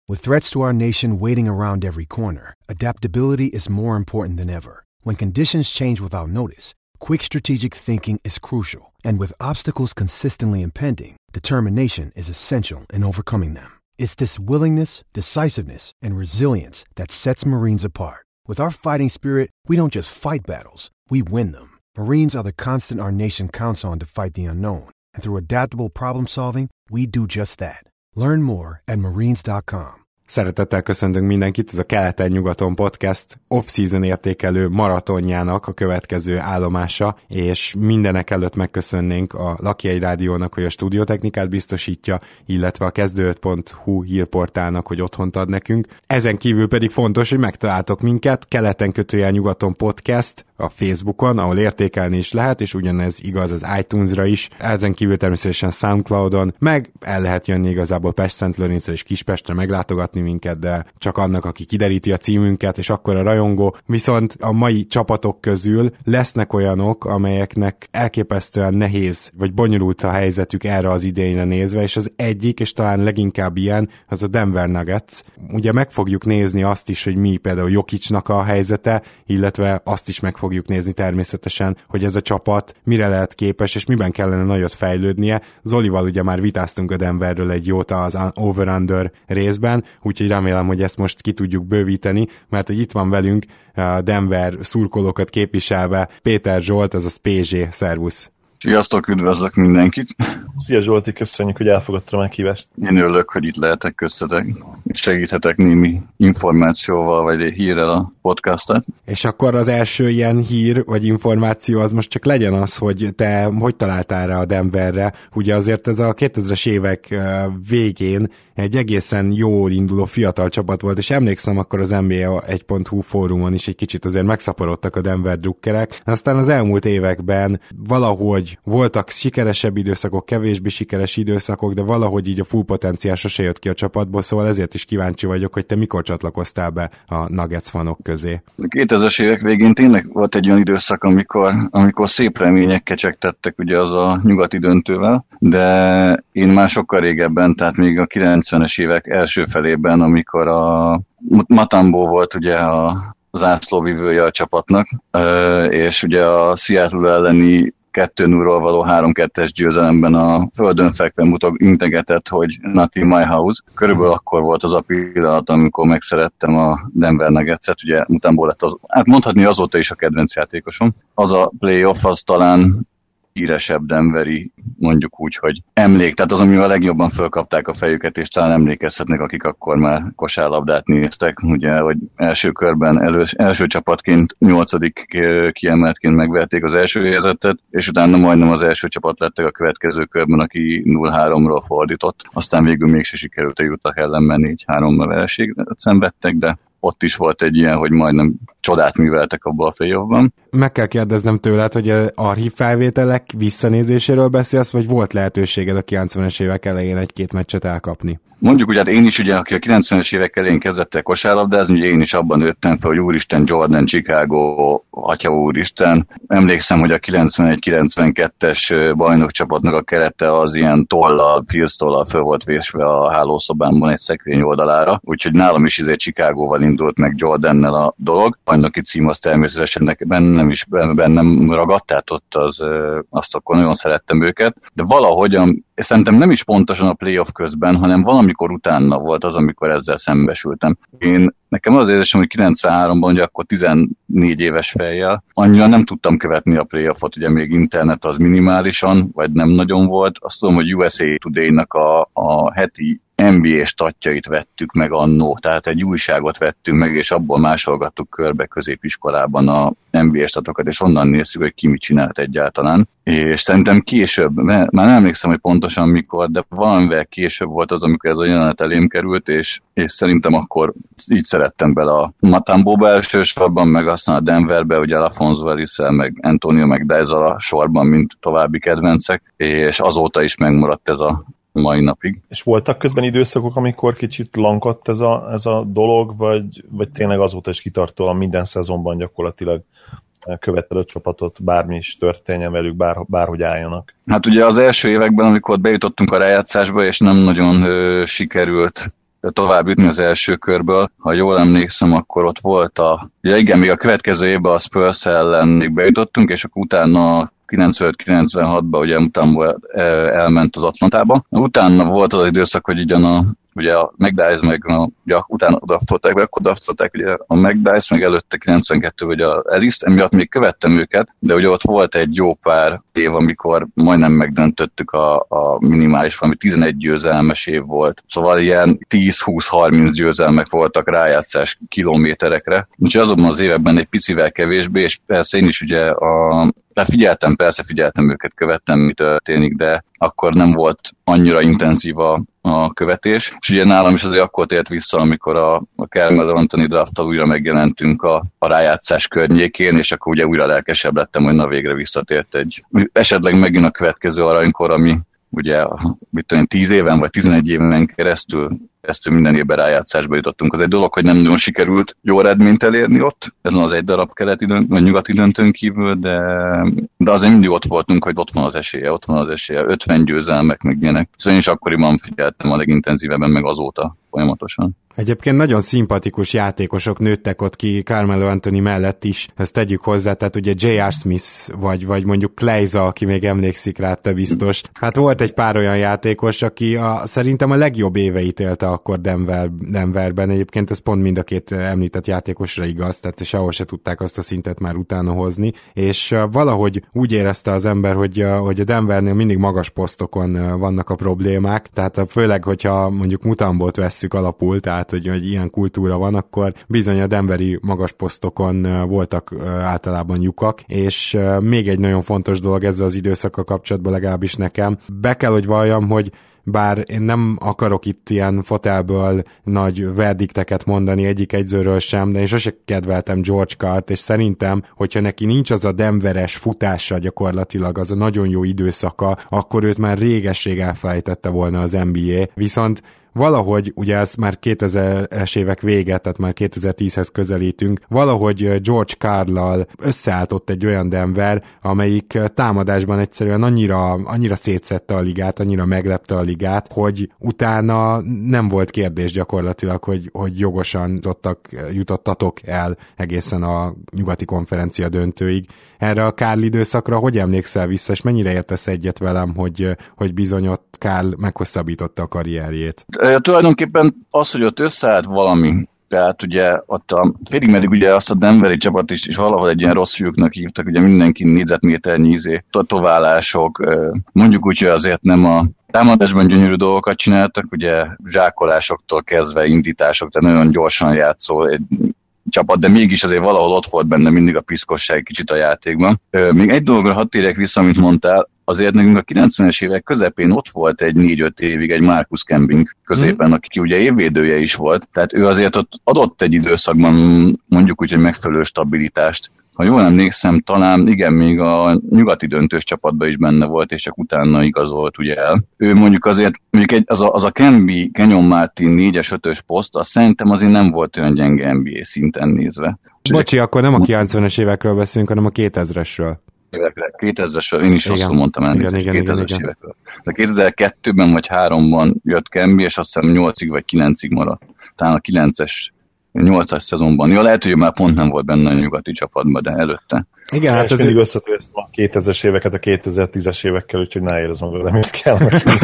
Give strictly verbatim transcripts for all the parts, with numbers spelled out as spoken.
With threats to our nation waiting around every corner, adaptability is more important than ever. When conditions change without notice, quick strategic thinking is crucial. And with obstacles consistently impending, determination is essential in overcoming them. It's this willingness, decisiveness, and resilience that sets Marines apart. With our fighting spirit, we don't just fight battles, we win them. Marines are the constant our nation counts on to fight the unknown. And through adaptable problem solving, we do just that. Learn more at marines dot com. Szeretettel köszöntünk mindenkit, ez a Keleten-nyugaton podcast off-season értékelő maratonjának a következő állomása, és mindenek előtt megköszönnénk a Laki egy Rádiónak, hogy a stúdiótechnikát biztosítja, illetve a kezdőöt pont hu hírportálnak, hogy otthont ad nekünk. Ezen kívül pedig fontos, hogy megtaláltok minket, Keleten-nyugaton podcast a Facebookon, ahol értékelni is lehet, és ugyanez igaz az iTunes-ra is. Ezen kívül természetesen SoundCloudon, meg el lehet jönni igazából Pest-Szent Lőrincre és Kispestre meglátogatni minket, de csak annak, aki kideríti a címünket, és akkor a rajongó. Viszont a mai csapatok közül lesznek olyanok, amelyeknek elképesztően nehéz, vagy bonyolult a helyzetük erre az idényre nézve, és az egyik, és talán leginkább ilyen, az a Denver Nuggets. Ugye meg fogjuk nézni azt is, hogy mi például Jokicnak a helyzete, illetve azt is meg fogjuk nézni természetesen, hogy ez a csapat mire lehet képes, és miben kellene nagyot fejlődnie. Zolival ugye már vitáztunk a Denverről egy jót az over-under részben, úgyhogy remélem, hogy ezt most ki tudjuk bővíteni, mert hogy itt van velünk a Denver szurkolókat képviselve Péter Zsolt, azaz pé zé, szervusz! Sziasztok, üdvözlök mindenkit! Szia Zsolti, köszönjük, hogy elfogadtad a meghívást. Én örülök, hogy itt lehetek köztetek. Segíthetek némi információval, vagy egy hírrel a podcastot. És akkor az első ilyen hír, vagy információ az most csak legyen az, hogy te hogy találtál rá a Denverre. Ugye azért ez a kétezres évek végén egy egészen jól induló fiatal csapat volt, és emlékszem, akkor az en bé á egy pont hu fórumon is egy kicsit azért megszaporodtak a Denver drukkerek. Aztán az elmúlt években valahogy voltak sikeresebb időszakok, kevésbé sikeres időszakok, de valahogy így a full potenciál sose jött ki a csapatból, szóval ezért is kíváncsi vagyok, hogy te mikor csatlakoztál be a Nuggets fanok közé. A kétezres évek végén tényleg volt egy olyan időszak, amikor, amikor szép remények kecsegtettek ugye az a nyugati döntővel, de én már sokkal régebben, tehát még a kilencvenes évek első felében, amikor a Mutombo volt ugye a zászlóvivője a csapatnak, és ugye a Seattle elleni kettő nullról való három kettes győzelemben a földön fekve mutog integetett, hogy not in my house. Körülbelül akkor volt az a pillanat, amikor megszerettem a Denver Nuggets-et, ugye Mutombo lett az, hát mondhatni azóta is a kedvenc játékosom. Az a playoff az talán híresebb denveri, mondjuk úgy, hogy emlék, tehát az, amivel legjobban fölkapták a fejüket, és talán emlékezhetnek, akik akkor már kosárlabdát néztek, ugye, hogy első körben elő, első csapatként, nyolcadik kiemeltként megverték az első helyezettet, és utána majdnem az első csapat lettek a következő körben, aki nulla háromról fordított. Aztán végül mégse sikerült a Utah ellen menni, így három vereséget szenvedtek, de ott is volt egy ilyen, hogy majdnem csodát műveltek abban a playoffban. Meg kell kérdeznem tőled, hogy az archív felvételek visszanézéséről beszélsz, vagy volt lehetőséged a kilencvenes évek elején egy-két meccset elkapni? Mondjuk ugye, hát én is ugye, aki a kilencvenes évek elején kezdett el kosárlabdázni, ugye én is abban nőttem fel, hogy úristen, Jordan, Chicago, atya úristen. Emlékszem, hogy a kilencvenegy kilencvenkettes bajnokcsapatnak a kerete az ilyen tollal, filztollal föl volt vésve a hálószobámban egy szekrény oldalára, úgyhogy nálam is izé Chicagóval indult meg Jordannel a dolog. Bajnoki cím az természetesen bennem is bennem ragadt, tehát ott az, azt akkor nagyon szerettem őket, de valahogyan, szerintem nem is pontosan a playoff közben, hanem valamikor utána volt az, amikor ezzel szembesültem. Én, nekem az érzésem, hogy kilencvenháromban, ugye akkor tizennégy éves fejjel, annyira nem tudtam követni a playoffot, ugye még internet az minimálisan, vagy nem nagyon volt. Azt tudom, hogy u es á Today-nak a, a heti en bé á statjait vettük meg annó, tehát egy újságot vettünk meg, és abból másolgattuk körbe középiskolában a en bé á statokat, és onnan nézzük, hogy ki mit csinált egyáltalán. És szerintem később, már nem emlékszem, hogy pontosan mikor, de valamivel később volt az, amikor ez a jelenet elém került, és, és szerintem akkor így szerettem bele a Mutombóba elsősorban, meg aztán a Denverbe, ugye Alfonso Harrisszel, meg Antonio McDyessal a sorban, mint további kedvencek, és azóta is megmaradt ez a mai napig. És voltak közben időszakok, amikor kicsit lankadt ez a, ez a dolog, vagy, vagy tényleg azóta is kitartóan minden szezonban gyakorlatilag követed a csapatot, bármi is történjen velük, bár, bárhogy álljanak? Hát ugye az első években, amikor bejutottunk a rájátszásba, és nem nagyon ö, sikerült tovább jutni az első körből. Ha jól emlékszem, akkor ott volt a... Ja igen, még a következő évben a Spurs ellen még bejutottunk, és akkor utána kilencvenöt kilencvenhatban ugye utána elment az Atlantába. Utána volt az időszak, hogy ugyan a ugye a McDyess meg a, ugye, utána odaftolták, meg akkor odaftolták ugye a McDyess, meg előtte kilencvenkettő ugye a Ellis-t, emiatt még követtem őket, de ugye ott volt egy jó pár év, amikor majdnem megdöntöttük a, a minimális, valami tizenegy győzelmes év volt. Szóval ilyen tíz-húsz-harminc győzelmek voltak rájátszás kilométerekre. Úgyhogy azonban az években egy picivel kevésbé, és persze én is ugye a Tehát figyeltem, persze figyeltem őket, követtem, mi történik, de akkor nem volt annyira intenzív a, a követés. És ugye nálam is azért akkor tért vissza, amikor a, a Carmelo Anthony drafttal újra megjelentünk a, a rájátszás környékén, és akkor ugye újra lelkesebb lettem, hogy na végre visszatért egy. Esetleg megint a következő aranykor, ami ugye mit tudom, tíz éven vagy tizenegy éven keresztül ezt minden évben rájátszásba jutottunk. Az egy dolog, hogy nem nagyon sikerült jó eredményt elérni ott, ezen az egy darab keleti dönt, vagy nyugati döntőn kívül, de, de azért mindig ott voltunk, hogy ott van az esélye, ott van az esélye, ötven győzelmek, meg ilyenek. Szóval én is akkoriban figyeltem a legintenzívebben, meg azóta folyamatosan. Egyébként nagyon szimpatikus játékosok nőttek ott ki Carmelo Anthony mellett is, ezt tegyük hozzá, tehát ugye jé er. Smith, vagy, vagy mondjuk Kleiza, aki még emlékszik rá, te biztos. Hát volt egy pár olyan játékos, aki a, szerintem a legjobb éveit élte akkor Denver, Denverben. Egyébként ez pont mind a két említett játékosra igaz, tehát sehol se tudták azt a szintet már utána hozni, és valahogy úgy érezte az ember, hogy, hogy a Denvernél mindig magas posztokon vannak a problémák, tehát főleg, hogyha mondjuk Mutambót vesszük alapul, tehát hogy, hogy ilyen kultúra van, akkor bizony a denveri magas posztokon voltak általában lyukak, és még egy nagyon fontos dolog ezzel az időszakkal kapcsolatban legalábbis nekem. Be kell, hogy valljam, hogy bár én nem akarok itt ilyen fotelből nagy verdikteket mondani egyik egyzőről sem, de én sose kedveltem George Karlt, és szerintem, hogyha neki nincs az a denveres futása gyakorlatilag, az a nagyon jó időszaka, akkor őt már réges-rég elfelejtette volna az en bé á. Viszont valahogy, ugye ez már kétezres évek vége, tehát már kétezer-tízhez közelítünk, valahogy George Karllal összeállt ott egy olyan Denver, amelyik támadásban egyszerűen annyira, annyira szétszette a ligát, annyira meglepte a ligát, hogy utána nem volt kérdés gyakorlatilag, hogy, hogy jogosan jutottak, jutottatok el egészen a nyugati konferencia döntőig. Erre a Karl időszakra hogy emlékszel vissza, és mennyire értesz egyet velem, hogy, hogy bizony ott Karl meghosszabbította a karrierjét? Ja, tulajdonképpen az, hogy ott összeállt valami, tehát ugye ott a, félig meddig ugye azt a denveri csapat is, is valahol egy ilyen rossz fiúknak hívtak, ugye mindenki négyzetméternyi izé, totoválások, mondjuk úgy, hogy azért nem a támadásban gyönyörű dolgokat csináltak, ugye zsákolásoktól kezdve indítások, tehát nagyon gyorsan játszó egy csapat, de mégis azért valahol ott volt benne mindig a piszkosság kicsit a játékban. Még egy dologra hadd térjek vissza, amit mondtál, azért nekünk a kilencvenes évek közepén ott volt egy négy-öt évig egy Marcus Camby középen, mm. aki ugye évvédője is volt, tehát ő azért ott adott egy időszakban mondjuk úgy, hogy megfelelő stabilitást. Ha jól emlékszem, talán igen, még a nyugati döntős csapatban is benne volt, és csak utána igazolt ugye el. Ő mondjuk azért, mondjuk egy, az, a, az a Camby, Kenyon Martin négyes, ötös poszt, azt szerintem azért nem volt olyan gyenge en bé á szinten nézve. Bocsi, akkor nem a kilencvenes évekről beszélünk, hanem a kétezresről. kétezresről, én is igen. Rosszul mondtam el, igen, igen, kétezres igen, évekről. De kétezer-kettőben vagy háromban jött Camby, és azt hiszem nyolcig vagy kilencig maradt. Talán a kilences nyolcas szezonban. Ja, lehet, hogy már pont nem volt benne a nyugati csapatban, de előtte. Igen, hát és mindig összetűztem a kétezres éveket a kétezer-tízes évekkel, úgyhogy ne érezd magad, de mit kell.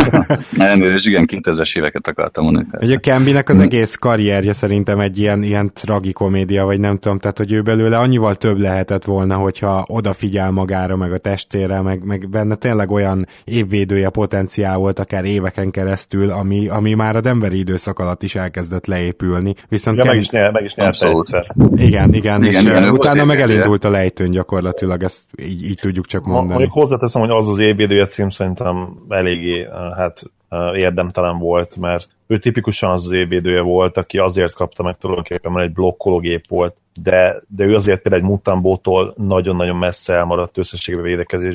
Nem, és igen, kétezres éveket akartam mondani. Ugye a Cambynek az egész karrierje szerintem egy ilyen, ilyen tragikomédia, vagy nem tudom, tehát hogy ő belőle annyival több lehetett volna, hogyha odafigyel magára, meg a testére, meg, meg benne tényleg olyan évvédője potenciál volt, akár éveken keresztül, ami, ami már a denveri időszak alatt is elkezdett leépülni. Viszont ja, Camby... meg is, nyert, meg is nyerte egyszer. Igen, igen, igen, és igen, utána meg elindult a lejtőn gyakorlatilag, ezt így, így tudjuk csak mondani. Mondjuk hozzáteszem, hogy az az évvédője cím szerintem eléggé hát, érdemtelen volt, mert ő tipikusan az az évvédője volt, aki azért kapta meg tulajdonképpen, mert egy blokkológép volt, de, de ő azért például egy Mutambótól nagyon-nagyon messze elmaradt összességben védekezésben,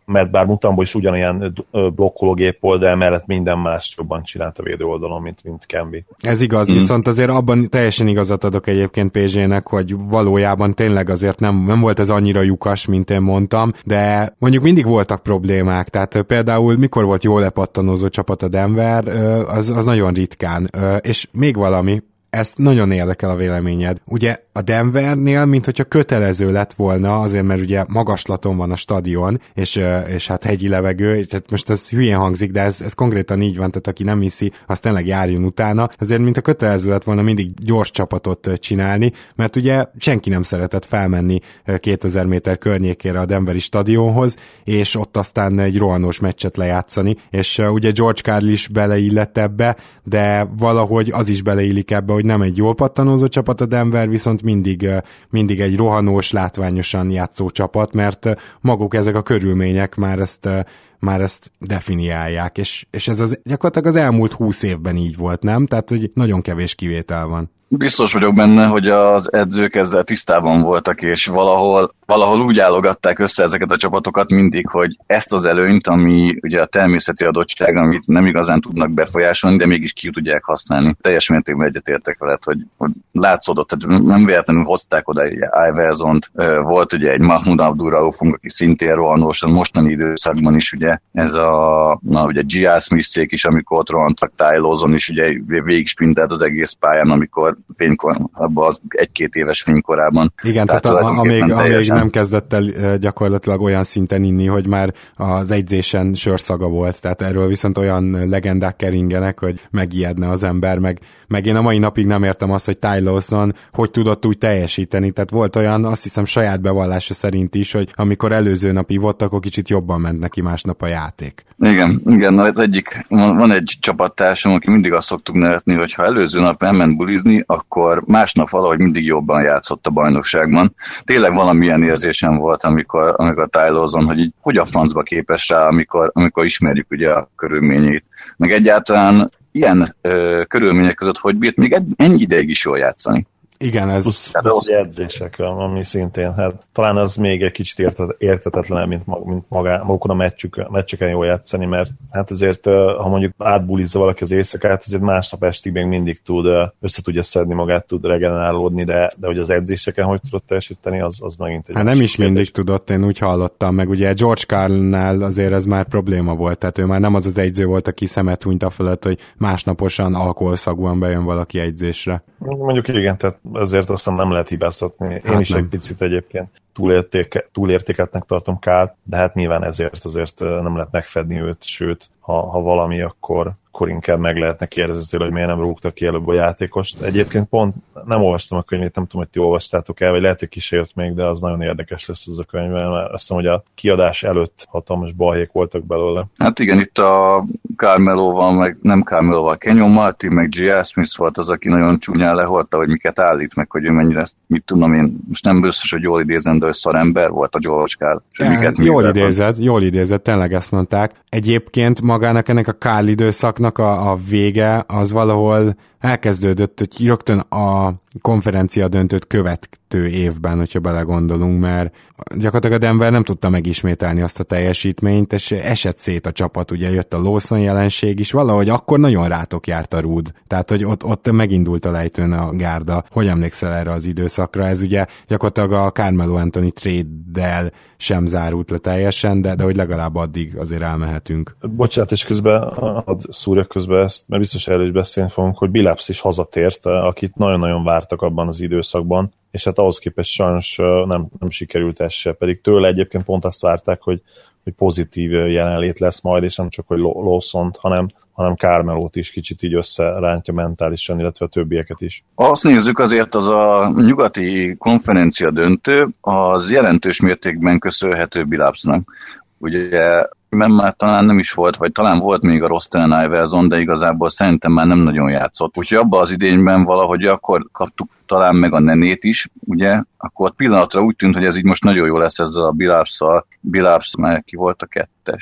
mert bár mutamból is ugyanilyen blokkológép volt, de emellett minden más jobban csinált a védő oldalon, mint, mint Kemby. Ez igaz, mm. viszont azért abban teljesen igazat adok egyébként pé zsének, hogy valójában tényleg azért nem, nem volt ez annyira lyukas, mint én mondtam, de mondjuk mindig voltak problémák, tehát például mikor volt jól lepattanózó csapat a Denver, az, az nagyon ritkán, és még valami, ezt nagyon érdekel a véleményed. Ugye a Denvernél, mint hogyha kötelező lett volna, azért mert ugye magaslaton van a stadion, és, és hát hegyi levegő, tehát most ez hülyén hangzik, de ez, ez konkrétan így van, tehát aki nem hiszi, az tényleg járjon utána. Azért, mint a kötelező lett volna mindig gyors csapatot csinálni, mert ugye senki nem szeretett felmenni kétezer méter környékére a Denveri stadionhoz, és ott aztán egy rohanós meccset lejátszani, és ugye George Karl is beleillett ebbe, de valahogy az is beleillik ebbe, hogy nem egy jól pattanózó csapat a Denver, viszont mindig, mindig egy rohanós, látványosan játszó csapat, mert maguk ezek a körülmények már ezt, már ezt definiálják, és, és ez az, gyakorlatilag az elmúlt húsz évben így volt, nem? Tehát, hogy nagyon kevés kivétel van. Biztos vagyok benne, hogy az edzők ezzel tisztában voltak, és valahol, valahol úgy állogatták össze ezeket a csapatokat mindig, hogy ezt az előnyt, ami ugye a természeti adottság, amit nem igazán tudnak befolyásolni, de mégis ki tudják használni. Teljes mértékben egyetértek veled, hogy, hogy látszódott, tehát nem véletlenül hozták oda egy Iversont, volt ugye egy Mahmoud Abdul-Raufunk, aki szintén rohanósan, mostani időszakban is ugye ez a, na ugye G R Smith-cék is, amikor ott rohantak, Ty Lawson is ugye végig sprintelt az egész pályán, amikor fénykor, abban az egy-két éves fénykorában. Igen, tehát, tehát a, amíg, amíg nem kezdett el gyakorlatilag olyan szinten inni, hogy már az edzésen sörszaga volt, tehát erről viszont olyan legendák keringenek, hogy megijedne az ember, meg, meg én a mai napig nem értem azt, hogy Ty Lawson hogy tudott úgy teljesíteni, tehát volt olyan, azt hiszem saját bevallása szerint is, hogy amikor előző nap ivott, akkor kicsit jobban ment neki másnap a játék. Igen, igen, na, az egyik, van egy csapattársam, aki mindig azt szoktuk nevetni, hogy ha előző nap elment bulizni, akkor másnap valahogy mindig jobban játszott a bajnokságban. Tényleg valamilyen érzésem volt, amikor, amikor Ty Lawson, hogy így, hogy a francba képes rá, amikor, amikor ismerjük ugye a körülményét. Meg egyáltalán ilyen ö, körülmények között, hogy bírt még ennyi ideig is jól játszani. Igen, ez... Plusz, plusz edzések, ami szintén, hát talán az még egy kicsit értet, értetetlenebb, mint, mag, mint magá, magukon a meccsük, meccseken jól játszani, mert hát azért, ha mondjuk átbulizza valaki az éjszakát, azért másnap estig még mindig tud, össze tudja szedni magát, tud regenerálódni, de, de hogy az edzéseken hogy tudott teljesíteni, az, az megint egy... Hát nem is kérdés. Mindig tudott, én úgy hallottam, meg ugye George Karlnál azért ez már probléma volt, tehát ő már nem az az edző volt, aki szemet hunyt a fölött, hogy másnaposan alkoholszagúan bejön valaki edzésre. Mondjuk igen, tehát ezért aztán nem lehet hibáztatni. Én hát is nem. Egy picit egyébként túlértéke, túlértéketnek tartom Kált, de hát nyilván ezért azért nem lehet megfedni őt, sőt, ha, ha valami, akkor, akkor inkább meg lehetne kérdezni tőle, hogy miért nem rúgtak ki előbb a játékost. Egyébként pont nem olvastam a könyvét, nem tudom, hogy ti olvastátok el, vagy lehet, hogy kísért még, de az nagyon érdekes lesz ez a könyv, mert azt hiszem, hogy a kiadás előtt hatalmas balhék voltak belőle. Hát igen, itt a Carmeloval, meg nem Carmeloval, Kenyon Martin, meg G R Smith volt az, aki nagyon csúnyán leholta, hogy miket állít meg, hogy ő mennyire, mit tudom én, most nem biztos, hogy jól idézem, de hogy szarember volt a George Karl. Ja, jól idézett, jól idézett, tényleg ezt mondták. Egyébként magának ennek a Karl időszaknak a, a vége az valahol elkezdődött, hogy rögtön a konferencia döntőt követő évben, hogyha belegondolunk, mert gyakorlatilag a Denver nem tudta megismételni azt a teljesítményt, és esett szét a csapat, ugye jött a Lawson jelenség is, valahogy akkor nagyon rátok járt a rúd, tehát hogy ott, ott megindult a lejtőn a gárda. Hogy emlékszel erre az időszakra? Ez ugye gyakorlatilag a Carmelo Anthony trade-del sem zárult le teljesen, de, de hogy legalább addig azért elmehetünk. Bocsánat, és közben hadd szúrjak közben ezt, mert biztos erről is beszélni fogunk, hogy Billups is hazatért, akit nagyon-nagyon vártak abban az időszakban, és hát ahhoz képest sajnos nem, nem sikerült ez se, pedig tőle egyébként pont azt várták, hogy, hogy pozitív jelenlét lesz majd, és nem csak, hogy Lawsont, hanem, hanem Carmelót is kicsit így összerántja mentálisan, illetve a többieket is. Azt nézzük, azért az a nyugati konferencia döntő, az jelentős mértékben köszönhető Billupsnak. Ugye mert már talán nem is volt, vagy talán volt még a rosteren Iverson, de igazából szerintem már nem nagyon játszott. Úgyhogy abban az idényben valahogy akkor kaptuk talán meg a Nenét is, ugye, akkor pillanatra úgy tűnt, hogy ez így most nagyon jó lesz ezzel a Billups-szal. Billups, mert ki volt a kettes?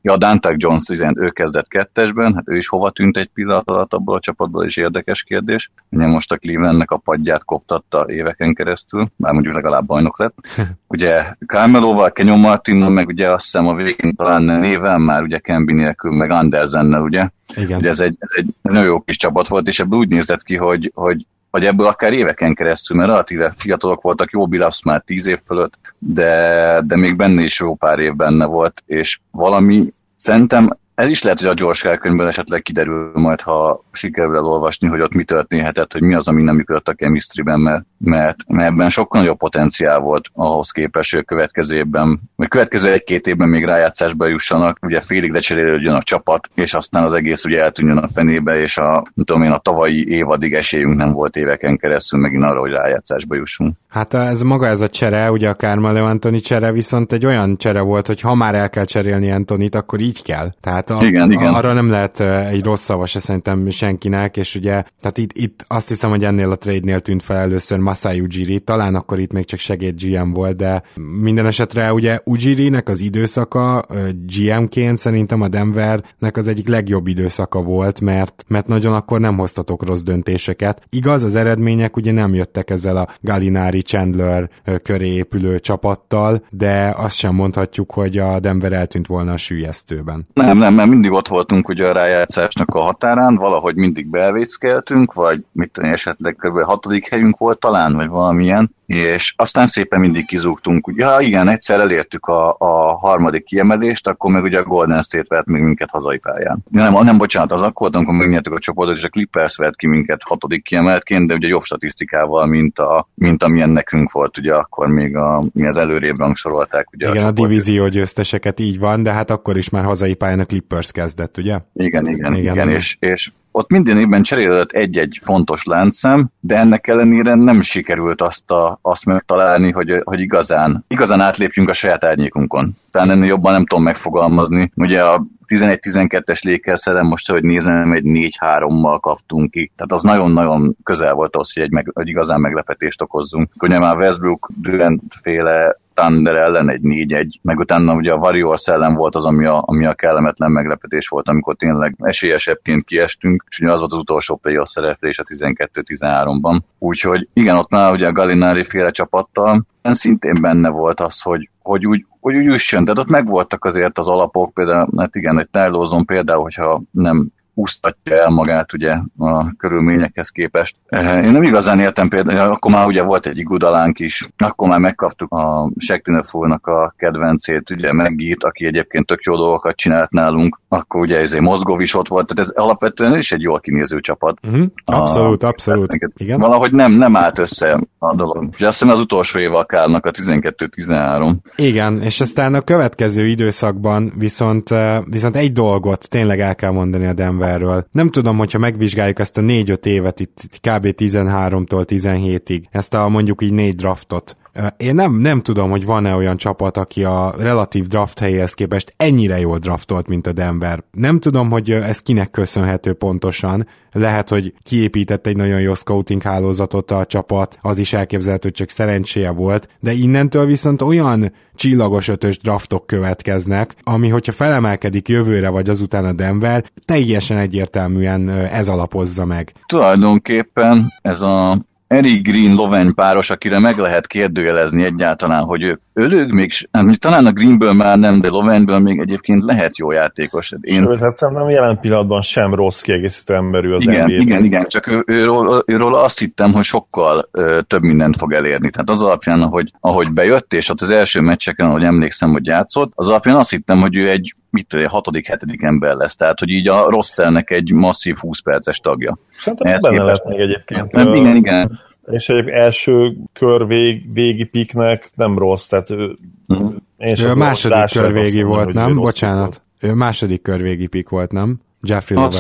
Ja, Dante Jones, ő kezdett kettesben, hát ő is hova tűnt egy pillanat alatt abból a csapatból, is érdekes kérdés. Ugye most a Clevelandnek a padját koptatta éveken keresztül, már mondjuk legalább bajnok lett. Ugye Carmeloval, Kenyon Martinnal, meg ugye azt hiszem a végén talán néven már ugye Kemby nélkül, meg Andersennel, ugye? Igen. Ugye ez egy, ez egy nagyon jó kis csapat volt, és ebből úgy nézett ki, hogy, hogy vagy ebből akár éveken keresztül, mert relatíve fiatalok voltak, jó Billups már tíz év fölött, de, de még benne is jó pár év benne volt, és valami, szerintem ez is lehet, hogy a George Karl könyvben esetleg kiderül majd, ha sikerül elolvasni, hogy ott mi történhetett, hogy mi az, ami nem működött a chemistryben, mert, mert, mert ebben sokkal nagyobb potenciál volt ahhoz képest, hogy a következő évben, vagy következő egy-két évben még rájátszásba jussanak, ugye félig lecserélődjön a csapat, és aztán az egész ugye eltűnjön a fenébe, és a, tudom én, a tavalyi évadig esélyünk nem volt éveken keresztül megint arra, hogy rájátszásba jussunk. Hát ez maga ez a csere, ugye a Carmelo Anthony csere viszont egy olyan csere volt, hogy ha már el kell cserélni Anthonyt, akkor így kell. Tehát azt, igen, igen. arra nem lehet egy rossz szava se szerintem senkinek, és ugye, tehát itt, itt azt hiszem, hogy ennél a trade-nél tűnt fel először Masai Ujiri, talán akkor itt még csak segéd gé em volt, de minden esetre ugye Ujirinek az időszaka gé em-ként szerintem a Denvernek az egyik legjobb időszaka volt, mert, mert nagyon akkor nem hoztatok rossz döntéseket. Igaz, az eredmények ugye nem jöttek ezzel a Gallinari Chandler köré épülő csapattal, de azt sem mondhatjuk, hogy a Denver eltűnt volna a süllyesztőben. Nem, nem, mert mindig ott voltunk ugye a rájátszásnak a határán, valahogy mindig belvéckeltünk, vagy mit tudom, esetleg kb. hatodik helyünk volt talán, vagy valamilyen, és aztán szépen mindig kizúgtunk. Ja, igen, egyszer elértük a, a harmadik kiemelést, akkor meg ugye a Golden State vett még minket hazai pályán. Nem, nem bocsánat, az akkor, amikor megnyertük a csoportot, és a Clippers vett ki minket hatodik kiemeltként, de ugye jobb statisztikával, mint, a, mint amilyen nekünk volt, ugye akkor még a, mi az előrébb rangsorolták. Ugye igen, a, a divízió győzteseket így van, de hát akkor is már hazai pályán a Clippers kezdett, ugye? Igen, igen, igen, igen, igen. És, és ott minden évben cserélődött egy-egy fontos láncszem, de ennek ellenére nem sikerült azt, a, azt megtalálni, hogy, hogy igazán, igazán átlépjünk a saját árnyékunkon. Tehát ennél jobban nem tudom megfogalmazni. Ugye a tizenegy-tizenkettes Lakers-en most, hogy nézem, egy négy-hárommal kaptunk ki. Tehát az nagyon-nagyon közel volt az, hogy egy, meg, egy igazán meglepetést okozzunk. Ugye már Westbrook, Durant féle Thunder ellen egy négy egy, meg utána ugye a Warriors ellen volt az, ami a, ami a kellemetlen meglepetés volt, amikor tényleg esélyesebbként kiestünk, és ugye az volt az utolsó playoff szereplés a tizenkettő tizenháromban. Úgyhogy igen, ott már ugye a Gallinari féle csapattal szintén benne volt az, hogy, hogy úgy hogy úgy üssön, de ott megvoltak azért az alapok, például, hát igen, egy Tyler Lawson például, hogyha nem úsztatja el magát ugye a körülményekhez képest. Én nem igazán értem például, akkor már ugye volt egy igudalánk is, akkor már megkaptuk a Shektinefúrnak a kedvencét, ugye megírt, aki egyébként tök jó dolgokat csinált nálunk, akkor ugye ezért Mozgov is ott volt, tehát ez alapvetően is egy jól kinéző csapat. Uh-huh. Abszolút, a, abszolút. Igen. Valahogy nem, nem állt össze a dolog. Ugye azt hiszem az utolsó év a Kálnak a tizenkettő tizenhárom. Igen, és aztán a következő időszakban viszont, viszont egy dolgot tényleg el kell mondani a Denverről. Nem tudom, hogyha megvizsgáljuk ezt a négy-öt évet itt kb. tizenháromtól tizenhétig, ezt a mondjuk így négy draftot. Én nem, nem tudom, hogy van-e olyan csapat, aki a relatív draft helyéhez képest ennyire jól draftolt, mint a Denver. Nem tudom, hogy ez kinek köszönhető pontosan. Lehet, hogy kiépített egy nagyon jó scouting hálózatot a csapat, az is elképzelhető, hogy csak szerencséje volt, de innentől viszont olyan csillagos ötös draftok következnek, ami hogyha felemelkedik jövőre vagy azután a Denver, teljesen egyértelműen ez alapozza meg. Tulajdonképpen ez a Eric Green-Loveny páros, akire meg lehet kérdőjelezni egyáltalán, hogy ők ölők még, talán a Greenből már nem, de Lovenyből még egyébként lehet jó játékos. Én... Sőt, hát szerintem jelen pillanatban sem rossz kiegészítő emberű az igen, en bé á-ben. Igen, igen, csak ő, őről, őről azt hittem, hogy sokkal ö, több mindent fog elérni. Tehát az alapján, ahogy, ahogy bejött, és ott az első meccseken, ahogy emlékszem, hogy játszott, az alapján azt hittem, hogy ő egy mit tudom, hatodik, hetedik ember lesz. Tehát, hogy így a rosternek egy masszív húsz perces tagja. Szerintem ez benne lett még egyébként. Nem, igen, igen. És egy első kör vég, végi piknek nem rossz, tehát ő, uh-huh. ő második kör végi volt, nem? Bocsánat. Ő második kör végi pik volt, nem? Jeffrey Loveny.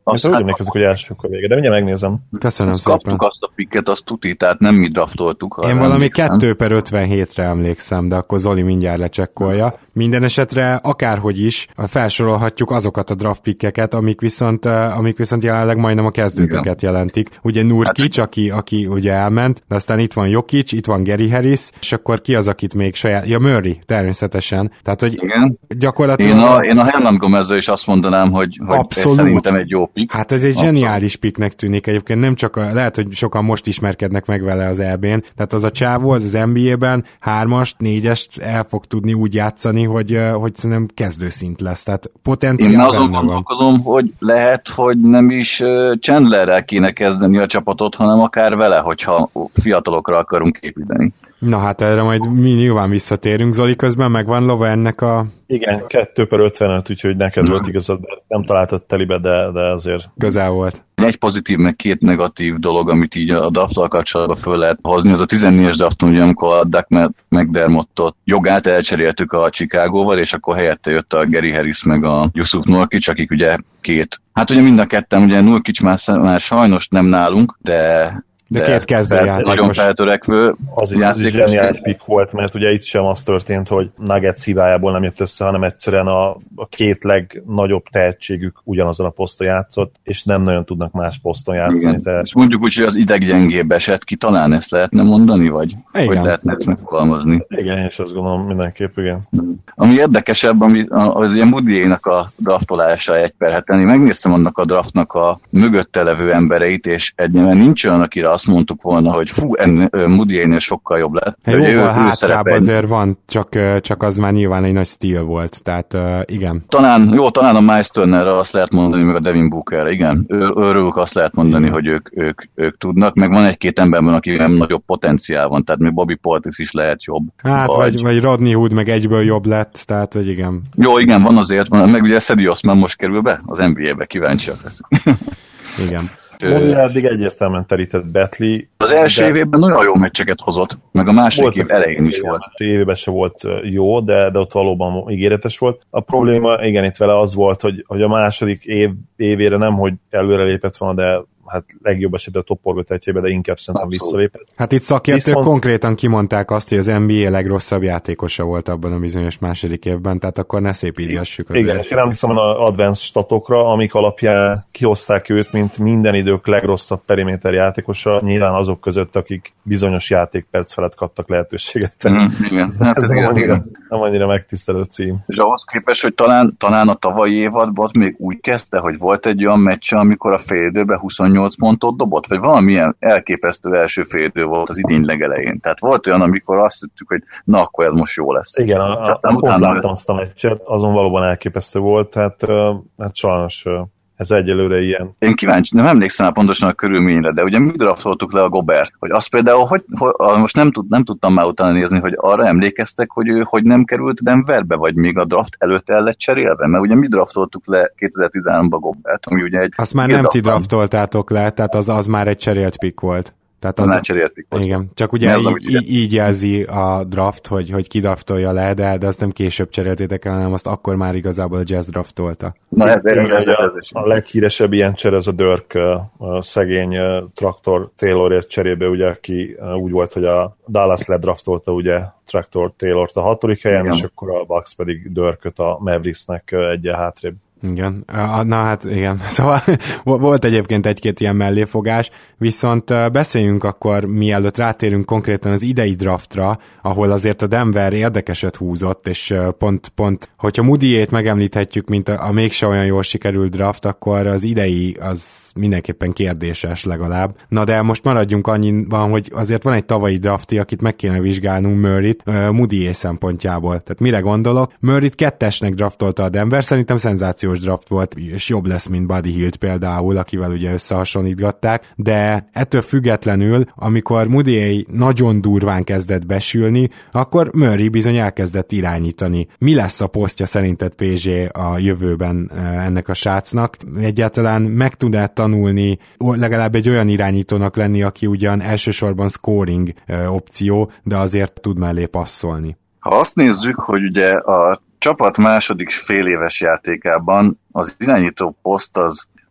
Azt úgy emlékezik, hogy első kör vége, de mindjárt megnézem. Köszönöm azt szépen. Kaptuk azt a pikket, azt tuti, tehát nem mi draftoltuk. Én valami kettő per ötvenhétre emlékszem, de akkor Zoli mindjárt lecsekkolja. Minden esetre akárhogy is felsorolhatjuk azokat a draft pickeket, amik viszont, amik viszont jelenleg majdnem a kezdőtöket jelentik. Ugye Nurkic, hát, aki, aki ugye elment, de aztán itt van Jokic, itt van Gary Harris, és akkor ki az, akit még saját... Ja, Murray, természetesen. Tehát, hogy igen. Gyakorlatilag... Én a, én a Hernan Gomezről is azt mondanám, hogy, hogy szerintem egy jó pick. Hát ez egy Abszolút. Zseniális picknek tűnik egyébként, nem csak a, lehet, hogy sokan most ismerkednek meg vele az é bén, tehát az a csávó, az az en bé á-ben hármast, négyest el fog tudni úgy játszani, hogy, hogy szerintem kezdőszint lesz, tehát potenciál benne van. Én azon gondolkozom, hogy lehet, hogy nem is Chandlerrel kéne kezdeni a csapatot, hanem akár vele, hogyha fiatalokra akarunk építeni. Na hát erre majd mi nyilván visszatérünk. Zoli, közben megvan lova ennek a... Igen, kettő per ötvenöt, úgyhogy neked volt igazad, nem találtad telibe, de, de azért... Közel volt. Egy pozitív, meg két negatív dolog, amit így a drafttal kapcsolatban föl lehet hozni, az a tizennégyes drafton, ugye, amikor a Doug McDermottot jogát elcseréltük a Chicagóval, és akkor helyette jött a Gary Harris meg a Jusuf Nurkic, akik ugye két... Hát ugye mind a ketten, ugye Nurkic már, már sajnos nem nálunk, de... De, de két kezdőjátékos. Nagyon feltörekvő az is, az is zseniális pick volt, mert ugye itt sem az történt, hogy Nuggets hibájából nem jött össze, hanem egyszerűen a, a két legnagyobb tehetségük ugyanazon a poszton játszott, és nem nagyon tudnak más poszton játszani. Tehát... És mondjuk úgy, hogy az ideggyengébb eset ki, talán ezt lehetne mondani, vagy igen. Hogy lehetne ezt megfogalmazni? Igen, és azt gondolom mindenképp, igen. Ami érdekesebb, ami, az ilyen Moody-énak a draftolása egy per heten. Én megnéztem annak a draftnak a mögötte levő embereit, és egyébként nincs olyan, akire azt mondtuk volna, hogy fú, Moody-énél sokkal jobb lett. Hey, jóval hátrább azért van, csak, csak az már nyilván egy nagy stíl volt, tehát uh, igen. Talán, jó, talán a Miles Turnerre azt lehet mondani, meg a Devin Bookerre, igen. Ő, őrülük azt lehet mondani, igen. Hogy ők, ők, ők tudnak, meg van egy-két emberben, akiben nagyobb potenciál van, tehát még Bobby Portis is lehet jobb. Hát, vagy, vagy, vagy Rodney Hood meg egyből jobb lett, tehát, hogy igen. Jó, igen, van azért, meg ugye Cedi Osman most kerül be, az en bé á-be kíváncsiak leszünk. Igen. Módi eddig egyértelműen terített Betley. Az első de... évében nagyon jó meccseket hozott, meg a második év elején is volt. A évében se volt jó, de, de ott valóban ígéretes volt. A probléma, igen, itt vele az volt, hogy, hogy a második év, évére nem, hogy előrelépett volna, de hát legjobb esetben a toporgatatjében, de inkább szerintem visszalépett. Hát itt szakértők Viszont... konkrétan kimondták azt, hogy az en bé á legrosszabb játékosa volt abban a bizonyos második évben, tehát akkor ne szépítgessük. Igen, és én emlékszem az advanced statokra, amik alapján kihozták őt, mint minden idők legrosszabb periméter játékosa, nyilván azok között, akik bizonyos játékperc felett kaptak lehetőséget. Mm, igen, ez hát ez nem, annyira, nem annyira megtisztelő cím. És ahhoz képest, hogy talán, talán a tavalyi évadban még úgy kezdte, hogy volt egy olyan meccs, amikor a fél időben huszonnyolc pontot dobott, vagy valamilyen elképesztő első fél idő volt az idény legelején. Tehát volt olyan, amikor azt hittük, hogy na, akkor ez most jó lesz. Igen, a, a, a pont láttam azt a meccset, azon valóban elképesztő volt, tehát hát sajnos ez egyelőre ilyen. Én kíváncsi, nem emlékszem pontosan a körülményre, de ugye mi draftoltuk le a Gobert, hogy azt például, hogy, hogy most nem, tud, nem tudtam már utána nézni, hogy arra emlékeztek, hogy ő hogy nem került Denverbe, vagy még a draft előtt el lett cserélve, mert ugye mi draftoltuk le kétezer-tizenháromban Gobert, ami ugye egy... Azt már nem ti draftoltátok le, tehát az, az már egy cserélt pick volt. Tehát az, cserélték. Igen, csak ugye az, így, így, így jelzi a draft, hogy, hogy ki draftolja le, de, de azt nem később cseréltétek el, hanem azt akkor már igazából a Jazz draftolta. Na, ez, ez, ez, ez, ez a, a leghíresebb ilyen csere az a Dirk, a szegény Traktor Taylorért cserébe, ugye, aki úgy volt, hogy a Dallas ledraftolta ugye Traktor Taylort a hatodik helyen, igen. És akkor a Bucks pedig Dirköt a Mavericksnek egyen hátrébb. Igen, na hát igen, szóval volt egyébként egy-két ilyen melléfogás, viszont beszéljünk akkor, mielőtt rátérünk konkrétan az idei draftra, ahol azért a Denver érdekeset húzott, és pont, pont hogyha Moody-ét megemlíthetjük, mint a, a mégse olyan jól sikerült draft, akkor az idei az mindenképpen kérdéses legalább. Na de most maradjunk annyiban, hogy azért van egy tavalyi drafti, akit meg kéne vizsgálnunk Murrayt Moody szempontjából. Tehát mire gondolok? Murrayt kettesnek draftolta a Denver, szerintem szenzáció draft volt, és jobb lesz, mint Buddy Hield például, akivel ugye összehasonlítgatták, de ettől függetlenül, amikor Moody nagyon durván kezdett besülni, akkor Murray bizony elkezdett irányítani. Mi lesz a posztja szerinted pé zé a jövőben ennek a srácnak? Egyáltalán meg tud-e tanulni legalább egy olyan irányítónak lenni, aki ugyan elsősorban scoring opció, de azért tud mellé passzolni? Ha azt nézzük, hogy ugye a csapat második fél éves játékában az irányító poszt az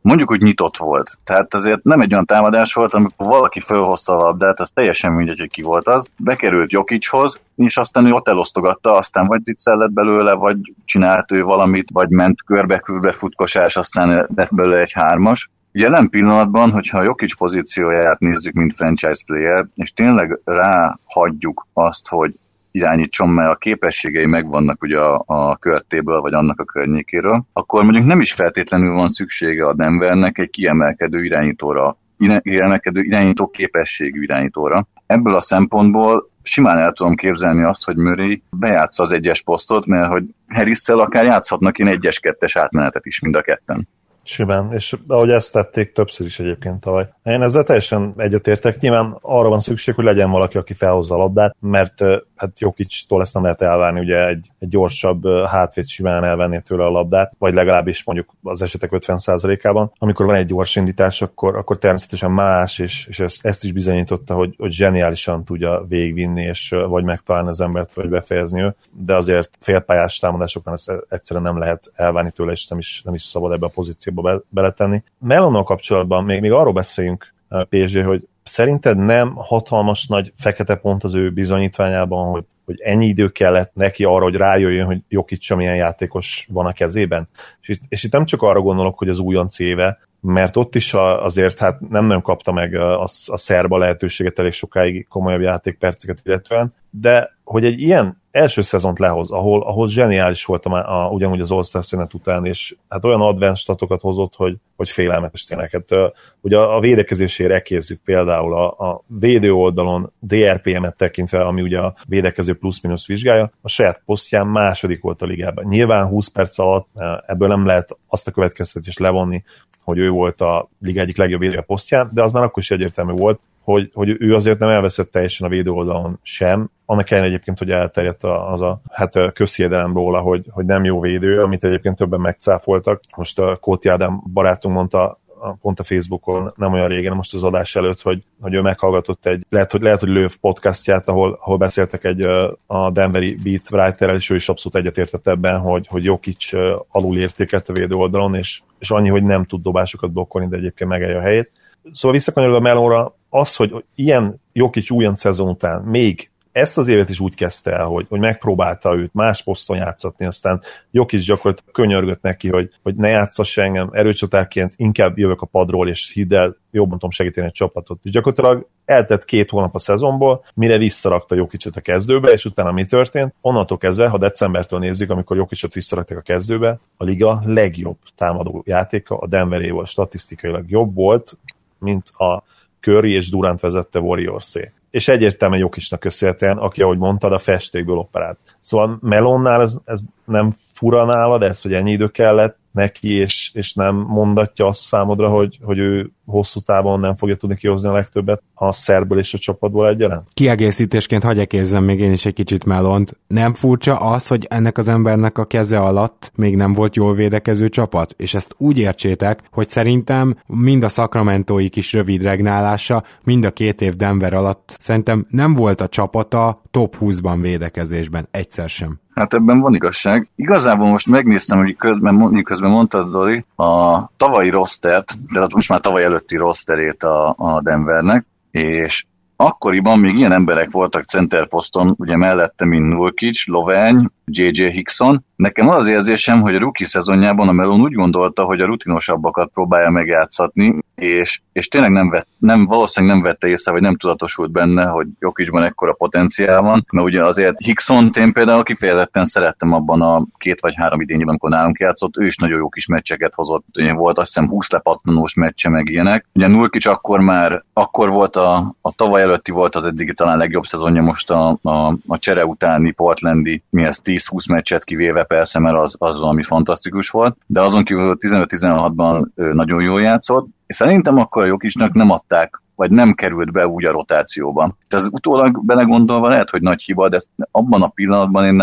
mondjuk, hogy nyitott volt. Tehát azért nem egy olyan támadás volt, amikor valaki felhozta a labdát, az teljesen mindegy, hogy ki volt az. Bekerült Jokichoz, és aztán ő ott elosztogatta, aztán vagy zicser lett belőle, vagy csinált ő valamit, vagy ment körbe-körbe futkosás, aztán lett belőle egy hármas. Jelen pillanatban, hogyha a Jokic pozícióját nézzük, mint franchise player, és tényleg ráhagyjuk azt, hogy irányítson, mert a képességei megvannak ugye a, a körtéből, vagy annak a környékéről, akkor mondjuk nem is feltétlenül van szüksége a Denvernek egy kiemelkedő irányítóra, kiemelkedő irányító képességű irányítóra. Ebből a szempontból simán el tudom képzelni azt, hogy Murray bejátsza az egyes posztot, mert hogy Harris-szel akár játszhatnak én egyes-kettes átmenetet is mind a ketten. Simán, és ahogy ezt tették többször is egyébként tavaly. Én ezzel teljesen egyetértek. Nyilván arra van szükség, hogy legyen valaki, aki felhozza a labdát, mert hát Jokictól ezt nem lehet elvárni, ugye egy, egy gyorsabb hátvét simán elvenné tőle a labdát, vagy legalábbis mondjuk az esetek ötven százalékában. Amikor van egy gyors indítás, akkor, akkor természetesen más, és, és ezt, ezt is bizonyította, hogy, hogy zseniálisan tudja végigvinni, és vagy megtalálni az embert, vagy befejezni ő, de azért félpályás támadásoknál ezt egyszerűen nem lehet elvárni tőle, és nem is, nem is szabad ebbe a pozícióba be, beletenni. Melonnal kapcsolatban még, még arról beszéljünk, pé es gé, hogy szerinted nem hatalmas nagy fekete pont az ő bizonyítványában, hogy, hogy ennyi idő kellett neki arra, hogy rájöjjön, hogy Jokic milyen játékos van a kezében? És itt, és itt nem csak arra gondolok, hogy az újonc éve, mert ott is azért hát nem nagyon kapta meg a, a szerba lehetőséget elég sokáig komolyabb játékperceket illetően, de hogy egy ilyen első szezont lehoz, ahol, ahol zseniális volt a, a, ugyanúgy az All-Star szünet után, és hát olyan advanced statokat hozott, hogy, hogy félelmetes tényleg. Hát, ugye a, a védekezésére ekézzük például a, a védő oldalon dé er pé em-et tekintve, ami ugye a védekező plusz-minusz vizsgálja, a saját posztján második volt a ligában. Nyilván húsz perc alatt ebből nem lehet azt a következtetést levonni, hogy ő volt a liga egyik legjobb védő a posztján, de az már akkor is egyértelmű volt, hogy, hogy ő azért nem elveszett teljesen a védő oldalon sem. Annak ellenére egyébként, hogy elterjedt az a hát közhiedelem róla, hogy, hogy nem jó védő, amit egyébként többen megcáfoltak. Most a Kóti Ádám barátunk mondta pont a Facebookon nem olyan régen, most az adás előtt, hogy, hogy ő meghallgatott egy, lehet, hogy, lehet, hogy Löw podcastját, ahol, ahol beszéltek egy a Denveri beat writerrel, és ő is abszolút egyetértett ebben, hogy, hogy Jokic alul értékelt a védő oldalon, és, és annyi, hogy nem tud dobásokat blokkolni, de egyébként megállja a helyét. Szóval visszakanyarodva a Melonra, az, hogy ilyen Jokic újonc szezon után még ezt az évet is úgy kezdte el, hogy, hogy megpróbálta őt más poszton játszatni, aztán Jokic gyakorlatilag könyörgött neki, hogy, hogy ne játszass engem erőcsatárként, inkább jövök a padról, és hidd el, jobban tudom segíteni a csapatot. És gyakorlatilag eltett két hónap a szezonból, mire visszarakta Jokicot a kezdőbe, és utána mi történt? Onnantól kezdve, ha decembertől nézzük, amikor Jokicot visszarakták a kezdőbe, a liga legjobb támadó játéka, a Denveré volt statisztikailag jobb volt, mint a Curry és Durant vezette Warriors-é. És egyértelműen Jokicnak köszönhetően, aki, ahogy mondtad, a festékből operált. Szóval Melonnál ez, ez nem fura nálad, ez, hogy ennyi idő kellett neki, és, és nem mondatja azt számodra, hogy, hogy ő hosszú távon nem fogja tudni kihozni a legtöbbet a szerből és a csapatból egyaránt? Kiegészítésként hagyj ekézzem még én is egy kicsit Melont. Nem furcsa az, hogy ennek az embernek a keze alatt még nem volt jól védekező csapat? És ezt úgy értsétek, hogy szerintem mind a Sacramento-i kis rövid regnálása, mind a két év Denver alatt szerintem nem volt a csapata top húszban védekezésben, egyszer sem. Hát ebben van igazság. Igazából most megnéztem, hogy közben, közben mondtad, Dori, a tavalyi rostert, de most már tavaly előtti rosterét a, a Denvernek, és akkoriban még ilyen emberek voltak centerposzton, ugye mellette, mint Nurkic, Loveny, jé jé Hickson. Nekem az érzésem, hogy a rookie szezonjában a Melon úgy gondolta, hogy a rutinosabbakat próbálja megjátszatni, és, és tényleg nem, vett, nem valószínűleg nem vette észre, vagy nem tudatosult benne, hogy Jokicban ekkora potenciál van, mert ugye azért Hicksont én például kifejezetten szerettem abban a két vagy három idényben, amikor nálunk játszott, ő is nagyon jó kis meccseket hozott, ugye volt azt hiszem húsz lepattanós meccse meg ilyenek. Ugye Nurkic akkor már, akkor volt a, a tavaly előtti volt az eddigi talán legjobb szezonja, most a, a, a csere utáni portlandi, mi ez tíz-húsz meccset kivéve persze, mert az, az valami fantasztikus volt, de azon kívül tizenöt-tizenhatban nagyon jól játszott, és szerintem akkor a Jokicnak nem adták, vagy nem került be úgy a rotációba. Tehát ez utólag belegondolva lehet, hogy nagy hiba, de abban a pillanatban én nem,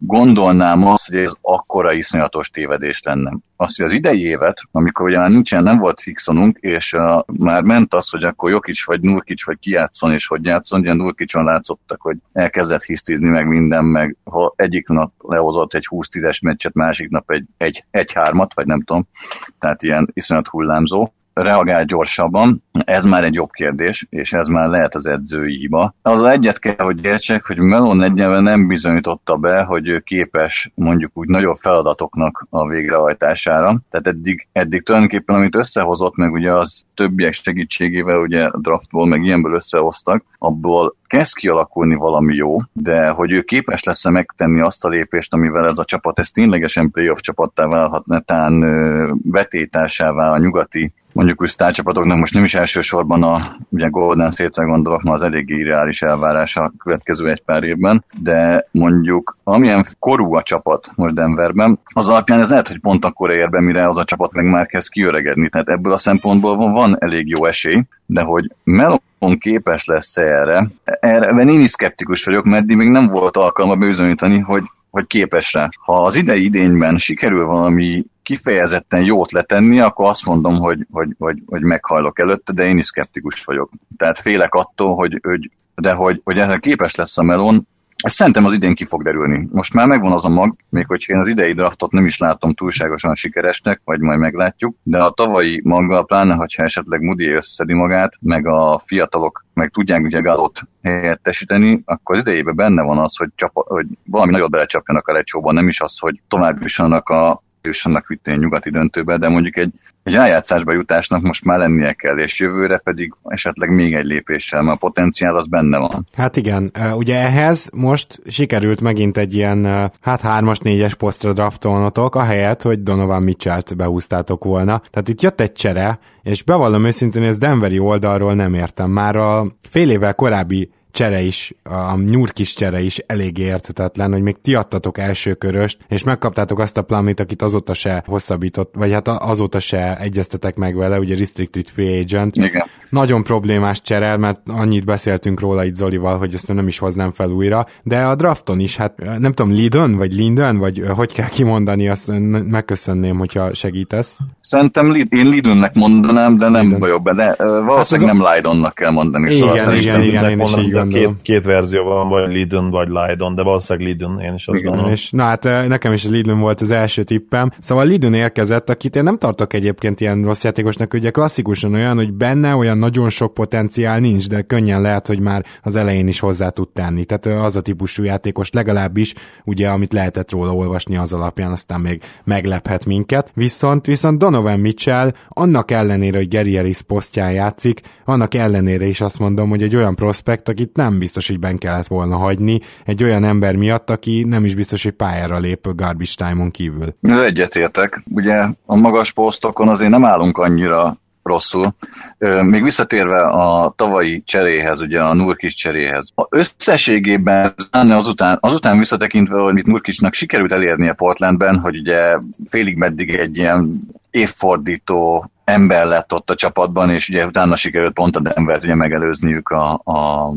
gondolnám azt, hogy ez akkora iszonyatos tévedés lenne. Azt, hogy az idei évet, amikor ugye már nincsen, nem volt Hicksonunk, és uh, már ment az, hogy akkor Jokic vagy Nurkic vagy ki játszon, és hogy játszon, ugye Nurkicson látszottak, hogy elkezdett hisztizni meg minden, meg ha egyik nap lehozott egy húsz tízes meccset, másik nap egy, egy, egy hármat, vagy nem tudom, tehát ilyen iszonyat hullámzó, reagál gyorsabban, ez már egy jobb kérdés, és ez már lehet az edzői hiba. Az egyet kell, hogy értsek, hogy Malone egyenben nem bizonyította be, hogy ő képes mondjuk úgy nagyobb feladatoknak a végrehajtására. Tehát eddig, eddig tulajdonképpen, amit összehozott, meg ugye az többiek segítségével, ugye draftból, meg ilyenből összehoztak, abból kezd kialakulni valami jó, de hogy ő képes lesz megtenni azt a lépést, amivel ez a csapat, ez ténylegesen playoff csapattá válhat, netán vetétásává a nyugati mondjuk úgy sztárcsapatoknak, most nem is elsősorban a ugye Golden State-re gondolok, ma az eléggé irreális elvárás a következő egy pár évben, de mondjuk amilyen korú a csapat most Denverben, az alapján ez lehet, hogy pont akkor ér be, mire az a csapat meg már kezd kiöregedni, tehát ebből a szempontból van, van elég jó esély, de hogy Malone képes lesz erre, erre én is szkeptikus vagyok, mert eddig még nem volt alkalma bizonyítani, hogy hogy képes rá. Ha az idei idényben sikerül valami kifejezetten jót letenni, akkor azt mondom, hogy, hogy, hogy, hogy meghajlok előtte, de én is szkeptikus vagyok. Tehát félek attól, hogy, hogy de hogy, hogy ezzel képes lesz a Melon, ez szerintem az idén ki fog derülni. Most már megvan az a mag, még hogyha én az idei draftot nem is látom túlságosan sikeresnek, vagy majd meglátjuk, de a tavalyi maggal, pláne, hogyha esetleg Moody összeszedi magát, meg a fiatalok meg tudják ugye Galot helyettesíteni, akkor az idejében benne van az, hogy, csapa, hogy valami nagyot belecsapjanak a lecsóban, nem is az, hogy tovább jussanak a jussanak vittén nyugati döntőbe, de mondjuk egy, egy rájátszásba jutásnak most már lennie kell, és jövőre pedig esetleg még egy lépéssel, mert a potenciál az benne van. Hát igen, ugye ehhez most sikerült megint egy ilyen hát hármas, négyes posztra draftolnotok, ahelyett, hogy Donovan Mitchellt behúztátok volna. Tehát itt jött egy csere, és bevallom őszintén, hogy ez Denveri oldalról nem értem. Már a fél évvel korábbi csere is, a Nurkic csere is eléggé érthetetlen, hogy még ti adtatok első köröst, és megkaptátok azt a Plumlee-t, akit azóta se hosszabbított, vagy hát azóta se egyeztetek meg vele, ugye restricted free agent. Igen. Nagyon problémás csere, mert annyit beszéltünk róla itt Zolival, hogy ezt nem is hoznám fel újra, de a drafton is, hát nem tudom, Lydon, vagy Linden, vagy hogy kell kimondani, azt megköszönném, hogyha segítesz. Szerintem én Lydonnek mondanám, de nem Lydon. Vagyok benne, de valószínűleg hát nem Lydonnak kell mondani. Igen, szóval igen, igen, én is így Két, két verzió van, vagy Lydon, vagy Lydon, de valószínűleg Lydon, én is azt gondolom. És, na hát nekem is Lydon volt az első tippem. Szóval Lydon érkezett, akit én nem tartok egyébként ilyen rossz játékosnak, ugye klasszikusan olyan, hogy benne olyan nagyon sok potenciál nincs, de könnyen lehet, hogy már az elején is hozzá tud tenni. Tehát az a típusú játékos legalábbis, ugye, amit lehetett róla olvasni az alapján, aztán még meglephet minket. Viszont, viszont Donovan Mitchell, annak ellenére, hogy Gary Harris posztján játszik, annak ellenére is azt mondom, hogy egy olyan prospekt, akit nem biztos, hogy benn kellett volna hagyni, egy olyan ember miatt, aki nem is biztos, hogy pályára lép garbage time-on kívül. Egyetértek. Ugye a magas posztokon azért nem állunk annyira rosszul. Még visszatérve a tavalyi cseréhez, ugye a Nurkic cseréhez. A összességében azután, azután visszatekintve, hogy mit Nurkicnak sikerült elérnie Portlandben, hogy ugye félig meddig egy ilyen évfordító ember lett ott a csapatban, és ugye utána sikerült pont a Denvert ugye megelőzniük a, a,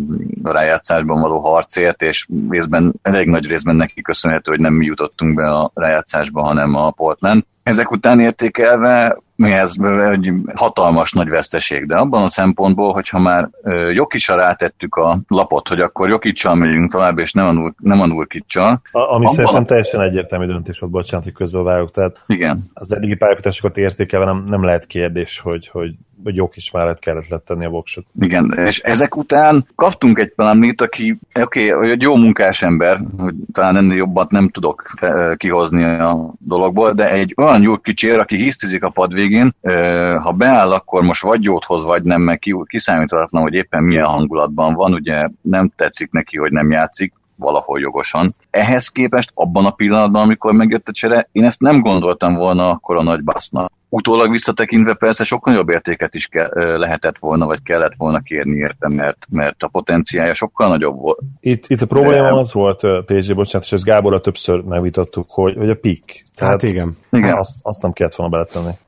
a rájátszásban való harcért, és részben, elég nagy részben neki köszönhető, hogy nem mi jutottunk be a rájátszásba, hanem a Portland. Ezek után értékelve ez egy hatalmas nagy veszteség, de abban a szempontból, hogyha már Jokicra rátettük a lapot, hogy akkor Jokicsal megyünk tovább, és nem a, Nur, nem a Nurkicsal. Ami szerintem a... teljesen egyértelmű döntés volt, bocsánat, hogy közbevágok. Tehát igen. Az eddigi pályafutásokat értékelve nem, nem lehet kérdés, hogy, hogy hogy Jokic mellett kellett letenni a voksot. Igen, és ezek után kaptunk egy Plumlee-t, aki oké, okay, egy jó munkás ember, hogy talán ennél jobbat nem tudok kihozni a dologból, de egy olyan jó kicsér, aki hisztizik a pad végén, ha beáll, akkor most vagy jót hoz, vagy nem, meg kiszámíthatatlan, hogy éppen milyen hangulatban van, ugye nem tetszik neki, hogy nem játszik, valahol jogosan. Ehhez képest abban a pillanatban, amikor megjött a csere, én ezt nem gondoltam volna akkor a nagy basznak. Utólag visszatekintve persze sokkal jobb értéket is ke- lehetett volna, vagy kellett volna kérni érte, mert, mert a potenciálja sokkal nagyobb volt. Itt, itt a probléma De... az volt, pé gé, bocsánat, és ezt Gáborral többször megvitattuk, hogy, hogy a pick. Tehát hát igen. igen. Azt, azt nem kellett volna beletenni.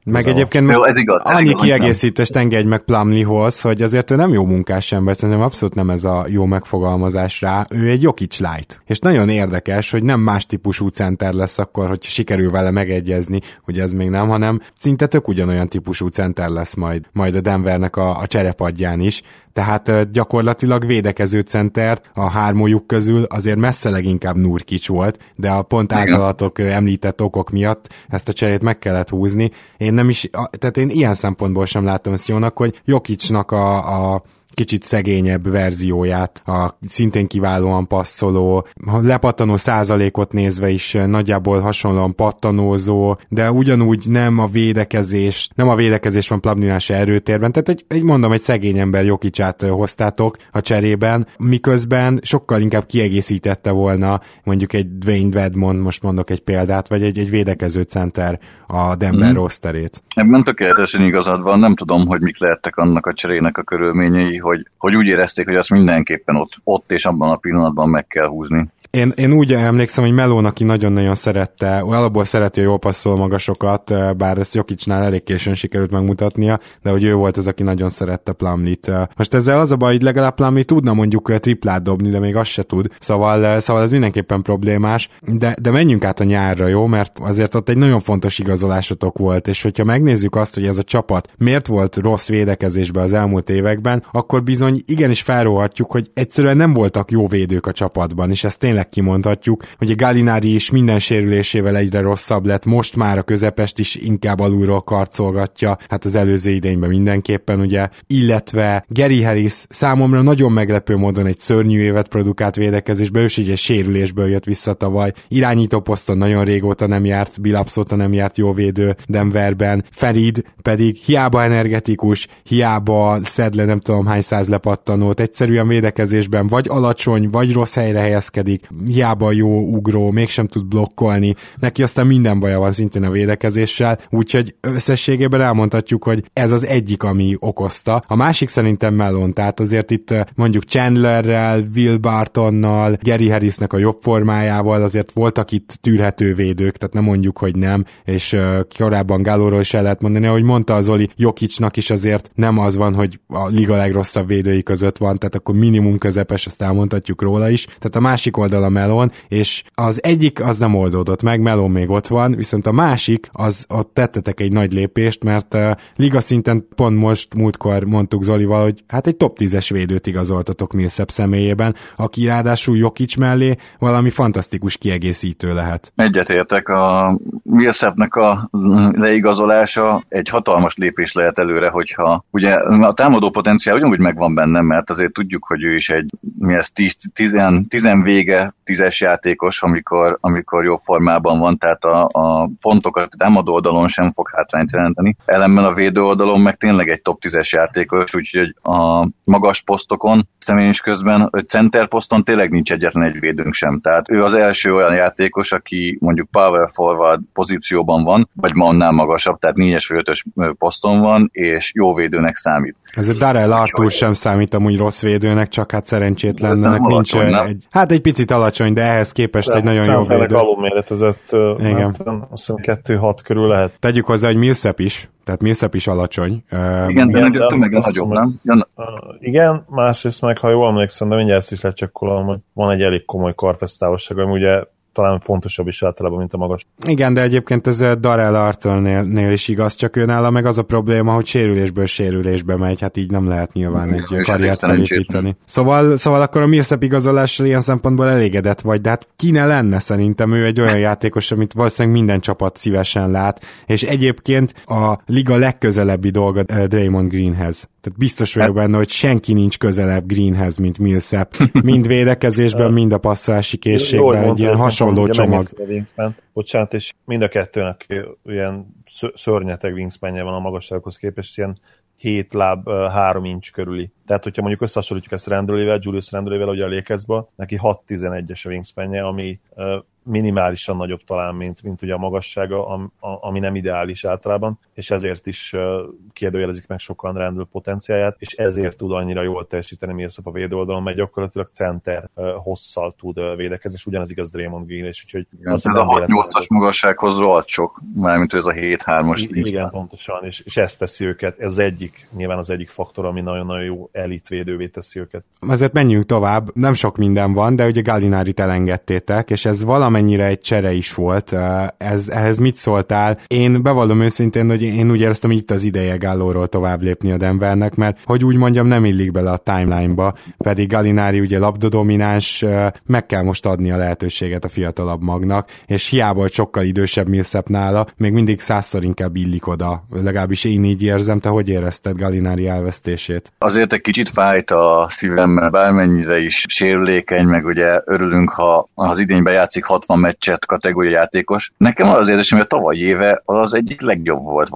Meg egyébként most jó, igaz, annyi kiegészítést engedj meg Plumleehoz, hogy azért ő nem jó munkás ember, szerintem abszolút nem ez a jó megfogalmazás rá, ő egy Jokic light. És nagyon érdekes, hogy nem más típusú center lesz akkor, hogy sikerül vele megegyezni, hogy ez még nem, hanem szinte tök ugyanolyan típusú center lesz majd, majd a Denvernek a, a cserepadján is. Tehát gyakorlatilag védekező centert a hármójuk közül azért messze leginkább Nurkic volt, de a pont általatok említett okok miatt ezt a cserét meg kellett húzni. Én nem is, tehát én ilyen szempontból sem láttam ezt jónak, hogy Jokicnak a, a kicsit szegényebb verzióját, a szintén kiválóan passzoló, lepattanó százalékot nézve is nagyjából hasonlóan pattanózó, de ugyanúgy nem a védekezés, nem a védekezés van Plumlee-nál se erőtérben, tehát egy, egy mondom, egy szegény ember Jokicát hoztátok a cserében, miközben sokkal inkább kiegészítette volna mondjuk egy Dwayne Dedmon, most mondok egy példát, vagy egy, egy védekező center a Denver mm. rosterét. Ebben tökéletesen igazad van, nem tudom, hogy mik lehettek annak a cserének a körülményei, hogy, hogy úgy érezték, hogy azt mindenképpen ott, ott és abban a pillanatban meg kell húzni. Én, én úgy emlékszem, hogy Melón, aki nagyon-nagyon szerette, alapból szereti a jól passzol magasokat, bár ezt Jokicnál elég későn sikerült megmutatnia, de hogy ő volt az, aki nagyon szerette Plumlee-t. Most ezzel az a baj, hogy legalább Plumlee tudna mondjuk triplát dobni, de még azt se tud, szóval, szóval ez mindenképpen problémás, de, de menjünk át a nyárra, jó? Mert azért ott egy nagyon fontos igazolásotok volt, és hogyha megnézzük azt, hogy ez a csapat miért volt rossz védekezésben az elmúlt években, akkor bizony igenis felróhatjuk, hogy egyszerűen nem voltak jó védők a csapatban, és ezt tényleg kimondhatjuk, hogy a Gallinari is minden sérülésével egyre rosszabb lett, most már a közepest is inkább alulról karcolgatja, hát az előző idényben mindenképpen, ugye, illetve Gary Harris számomra nagyon meglepő módon egy szörnyű évet produkált védekezésben, ő is egy sérülésből jött vissza tavaly, irányító poszton nagyon régóta nem járt, Billups óta nem járt jó védő Denverben, Farid pedig hiába energetikus, hiába szed le nem tudom hány száz lepattanót, egyszerűen védekezésben vagy alacsony, vagy rossz helyre helyezkedik, hiába jó ugró, mégsem tud blokkolni, neki aztán minden baja van szintén a védekezéssel, úgyhogy összességében elmondhatjuk, hogy ez az egyik, ami okozta. A másik szerintem Melon, tehát azért itt mondjuk Chandlerrel, Will Bartonnal, Gary Harrisnek a jobb formájával azért voltak itt tűrhető védők, tehát nem mondjuk, hogy nem, és uh, korábban Gallóról is el lehet mondani, ahogy mondta az Oli, Jokicnak is azért nem az van, hogy a liga legrosszabb védői között van, tehát akkor minimum közepes, azt elmondhatjuk róla is. Tehát a másik oldal a Melon, és az egyik az nem oldódott meg, Melon még ott van, viszont a másik, az ott tettetek egy nagy lépést, mert uh, liga szinten pont most múltkor mondtuk Zolival, hogy hát egy top tízes védőt igazoltatok Millsap személyében, aki ráadásul Jokic mellé valami fantasztikus kiegészítő lehet. Egyetértek, a Millsapnek a leigazolása egy hatalmas lépés lehet előre, hogyha ugye a támadó potenciál ugyanúgy megvan benne, mert azért tudjuk, hogy ő is egy mi ez tíz, tizen, tizen vége tízes játékos, amikor, amikor jó formában van, tehát a, a pontokat a támadó oldalon sem fog hátrányt jelenteni. Ellenben a védő oldalon meg tényleg egy top tízes játékos, úgyhogy a magas posztokon személyis közben, a center poszton tényleg nincs egyetlen egy védőnk sem. Tehát ő az első olyan játékos, aki mondjuk power forward pozícióban van, vagy ma annál magasabb, tehát négyes vagy ötös poszton van, és jó védőnek számít. Ez a Darrell Arthur sem számít amúgy rossz védőnek, csak hát szerencsétlennek nincs egy, hát egy picit alacsony, de ehhez képest Szám, egy nagyon jó védő. Alulméretezett, hát, azt hiszem kettő hat körül lehet. Tegyük hozzá, hogy Millsap is, tehát Millsap is alacsony. Igen, de igen, tömeg a nagyobb, nem? Igen, másrészt meg, ha jól emlékszem, de mindjárt ezt is lecsekkolom, hogy van egy elég komoly karfesztávolság, ami ugye talán fontosabb is általában, mint a magas. Igen, de egyébként ez Darrell Arthurnél is igaz, csak ő nála meg az a probléma, hogy sérülésből sérülésbe megy, hát így nem lehet nyilván egy és karriert felépíteni. Szóval, szóval akkor a Millsap igazolással ilyen szempontból elégedett vagy, de hát ki ne lenne szerintem, ő egy olyan játékos, amit valószínűleg minden csapat szívesen lát, és egyébként a liga legközelebbi dolga Draymond Greenhez. Tehát biztos vagyok benne, hogy senki nincs közelebb Greenhez, mint Millsap. Mind védekezésben, mind a passzolási készségben egy ilyen hasonló csomag. Bocsánat, és mind a kettőnek ilyen szörnyeteg wingspanje van a magassághoz képest, ilyen hét láb, három inch körüli. Tehát, hogyha mondjuk összehasonlítjuk ezt Randle-ével, Julius Randle-ével, ugye a Lakersban, neki hat tizenegyes a wingspanje, ami minimálisan nagyobb talán, mint, mint ugye a magassága, ami nem ideális általában, és ezért is kérdőjelezik meg sokan Randall potenciáját, és ezért tud annyira jól teljesíteni Millsap a védőoldalon, mert gyakorlatilag center hosszal tud védekezni, és ugyanez igaz Draymond Green, és úgyhogy igen, ez a hat nyolcas magassághoz rohadt sok, mármint ez a hét hármas. Igen, igen, pontosan, és, és ezt teszi őket, ez egyik, nyilván az egyik faktor, ami nagyon-nagyon jó elitvédővé teszi őket. Azért menjünk tovább, nem sok minden van, de ugye Gallinárit elengedtétek, és ez valamennyire egy csere is volt. Ez, ehhez mit szóltál? Én bevallom őszintén, hogy én úgy éreztem, hogy itt az ideje Gallóról tovább lépni a Denvernek, mert hogy úgy mondjam, nem illik bele a timeline-ba, pedig Gallinari ugye labdadomináns, meg kell most adni a lehetőséget a fiatalabb magnak, és hiába, hogy sokkal idősebb Millsap nála, még mindig százszor inkább illik oda. Legalábbis én így érzem, te hogy érezted Gallinari elvesztését? Azért egy kicsit fájt a szívemmel, bármennyire is sérülékeny, meg ugye örülünk, ha az idényben játszik hatvan meccset kategória játékos. Nekem az érzésem, hogy a tavalyi éve az egyik legjobb volt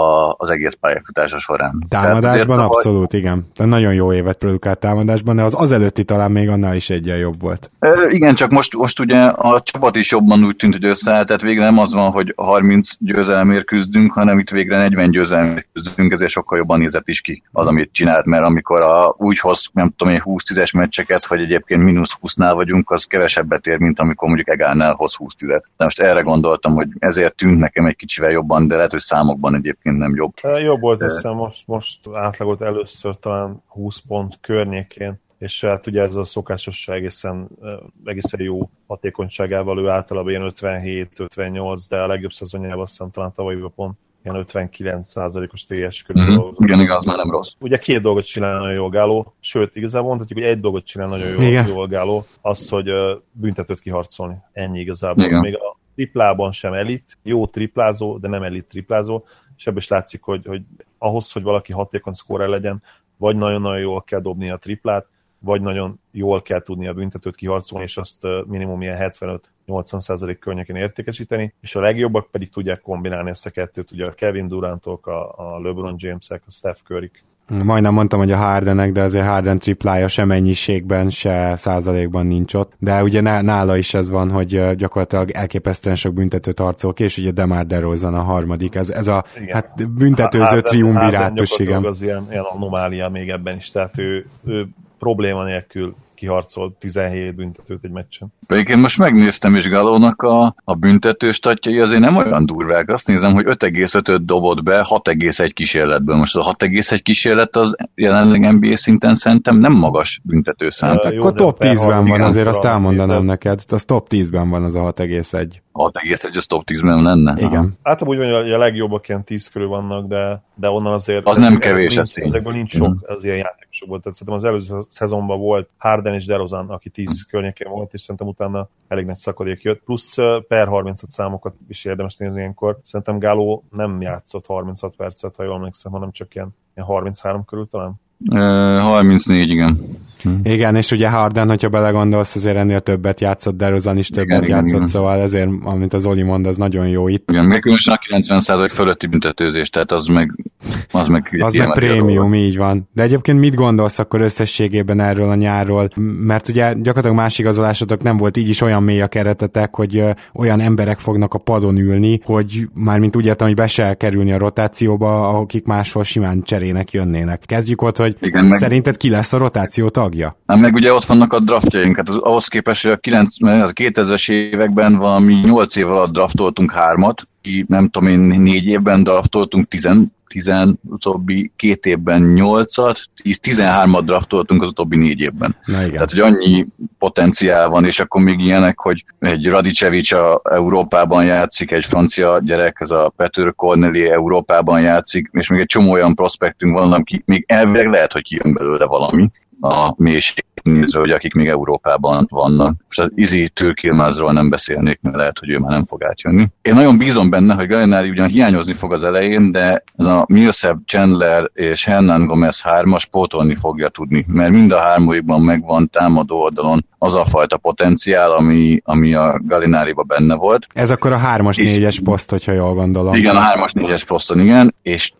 az egész pályafutása során. Támadásban tavaly... abszolút, igen. De nagyon jó évet produkált támadásban, de az azelőtti talán még annál is egyen jobb volt. E, igen, csak most, most ugye a csapat is jobban úgy tűnt, hogy összeállt, tehát végre nem az van, hogy harminc győzelemért küzdünk, hanem itt végre negyven győzelemért küzdünk, ezért sokkal jobban nézett is ki az, amit csinált, mert amikor a, úgy hoz, nem tudom én, húsz-tízes meccseket, hogy egyébként mínusz húsznál vagyunk, az kevesebbet ér, mint amikor mondjuk Egálnál hoz húsz-tízet. De most erre gondoltam, hogy ezért tűnt nekem egy kicsivel jobban, de lehet, hogy számokban egyébként nem jobb. Jobb volt, hiszem most, most átlagolt először talán húsz pont környékén, és hát ugye ez a szokásos egészen, egészen jó hatékonyságával, ő általában ilyen ötvenhét ötvennyolc, de a legjobb szezonjában azt hiszem talán tavalyiban pont ilyen ötvenkilenc százalékos té es körül. Mm-hmm. Igen, igaz, már nem rossz. Ugye két dolgot csinál nagyon jól Gáló, sőt, igazából mondhatjuk, hogy egy dolgot csinál nagyon jól, jól Gáló, azt, hogy büntetőt kiharcolni. Ennyi igazából. Igen. Még a triplában sem elit, jó triplázó, de nem elit triplázó, és ebből is látszik, hogy, hogy ahhoz, hogy valaki hatékony szkórer legyen, vagy nagyon-nagyon jól kell dobni a triplát, vagy nagyon jól kell tudni a büntetőt kiharcolni, és azt minimum ilyen hetvenöt-nyolcvan százalék környékén értékesíteni, és a legjobbak pedig tudják kombinálni ezt a kettőt, ugye a Kevin Durantok, a, a LeBron Jamesek, a Steph Curryk. Majdnem mondtam, hogy a Hardenek, de azért Harden triplája se mennyiségben, se százalékban nincs ott. De ugye nála is ez van, hogy gyakorlatilag elképesztően sok büntetőt harcol ki, és ugye DeMar DeRozan a harmadik. Ez, ez a hát, büntetőző triumvirátus, igen. Az ilyen, ilyen anomália még ebben is, tehát ő, ő probléma nélkül kiharcol tizenhét büntetőt egy meccsen. Én most megnéztem is Galónak a, a büntető statjai, azért nem olyan durvák. Azt nézem, hogy öt egész ötöt dobott be hat egész egy kísérletből. Most a hat egész egy kísérlet az jelenleg en bé á szinten szerintem nem magas büntetőszám. Uh, Akkor top tízben van, azért azt elmondanám neked. Az top tízben van az a hat egész egy. hat egész egy az top tízben lenne? Igen. Hát úgy van, hogy a legjobbak ilyen tíz körül vannak, de, de onnan azért... Az nem kevés. Nincs, ezekből nincs sok, mm. az ilyen játékosok volt. Tehát szerintem az előző szezonban volt Harden és DeRozan, aki tíz mm. környékén volt, és szerintem utána elég nagy szakadék jött. Plusz per harmincöt számokat is érdemes nézni ilyenkor. Szerintem Gáló nem játszott harminchat percet, ha jól emlékszem, hanem csak ilyen, ilyen harminchárom körül talán. harmincnégy, igen. Hm. Igen, és ugye Harden, hogyha belegondolsz, azért ennél többet játszott, DeRozan is többet igen, játszott, igen, szóval ezért, amit az Oli mond, az nagyon jó itt. Igen, meg különösen a kilencven százalék fölötti büntetőzés, tehát az meg az meg, az meg prémium, így van. De egyébként mit gondolsz akkor összességében erről a nyárról? Mert ugye gyakorlatilag más igazolásotok nem volt, így is olyan mély a keretetek, hogy olyan emberek fognak a padon ülni, hogy mármint úgy értem, hogy be se kerülni a rotációba, akik máshol simán cserének jönnének. Kezdjük ott, hogy igen, meg... szerinted ki lesz a rotáció tagja? Hát meg ugye ott vannak a draftjaink, hát az, ahhoz képest, hogy a, kilencven, a kétezres években valami nyolc év alatt draftoltunk hármat, ki nem tudom én négy évben draftoltunk tizen, tizen utóbbi két évben nyolcat, tizenhármat draftoltunk az utóbbi négy évben. Tehát, hogy annyi potenciál van, és akkor még ilyenek, hogy egy Radicevic a Európában játszik, egy francia gyerek, ez a Peter Cornelier Európában játszik, és még egy csomó olyan prospektünk van, aki még elvileg lehet, hogy kijön belőle valami a mélység nézve, hogy akik még Európában vannak. Most az Izzy Türkilmazról nem beszélnék, mert lehet, hogy ő már nem fog átjönni. Én nagyon bízom benne, hogy Gallinari ugyan hiányozni fog az elején, de ez a Millsap, Chandler és Hernan Gomez hármas pótolni fogja tudni, mert mind a hármójukban megvan támadó oldalon az a fajta potenciál, ami, ami a Gallinariban benne volt. Ez akkor a hármas négyes poszt, hogyha jól gondolom. Igen, a hármas négyes poszton, igen, és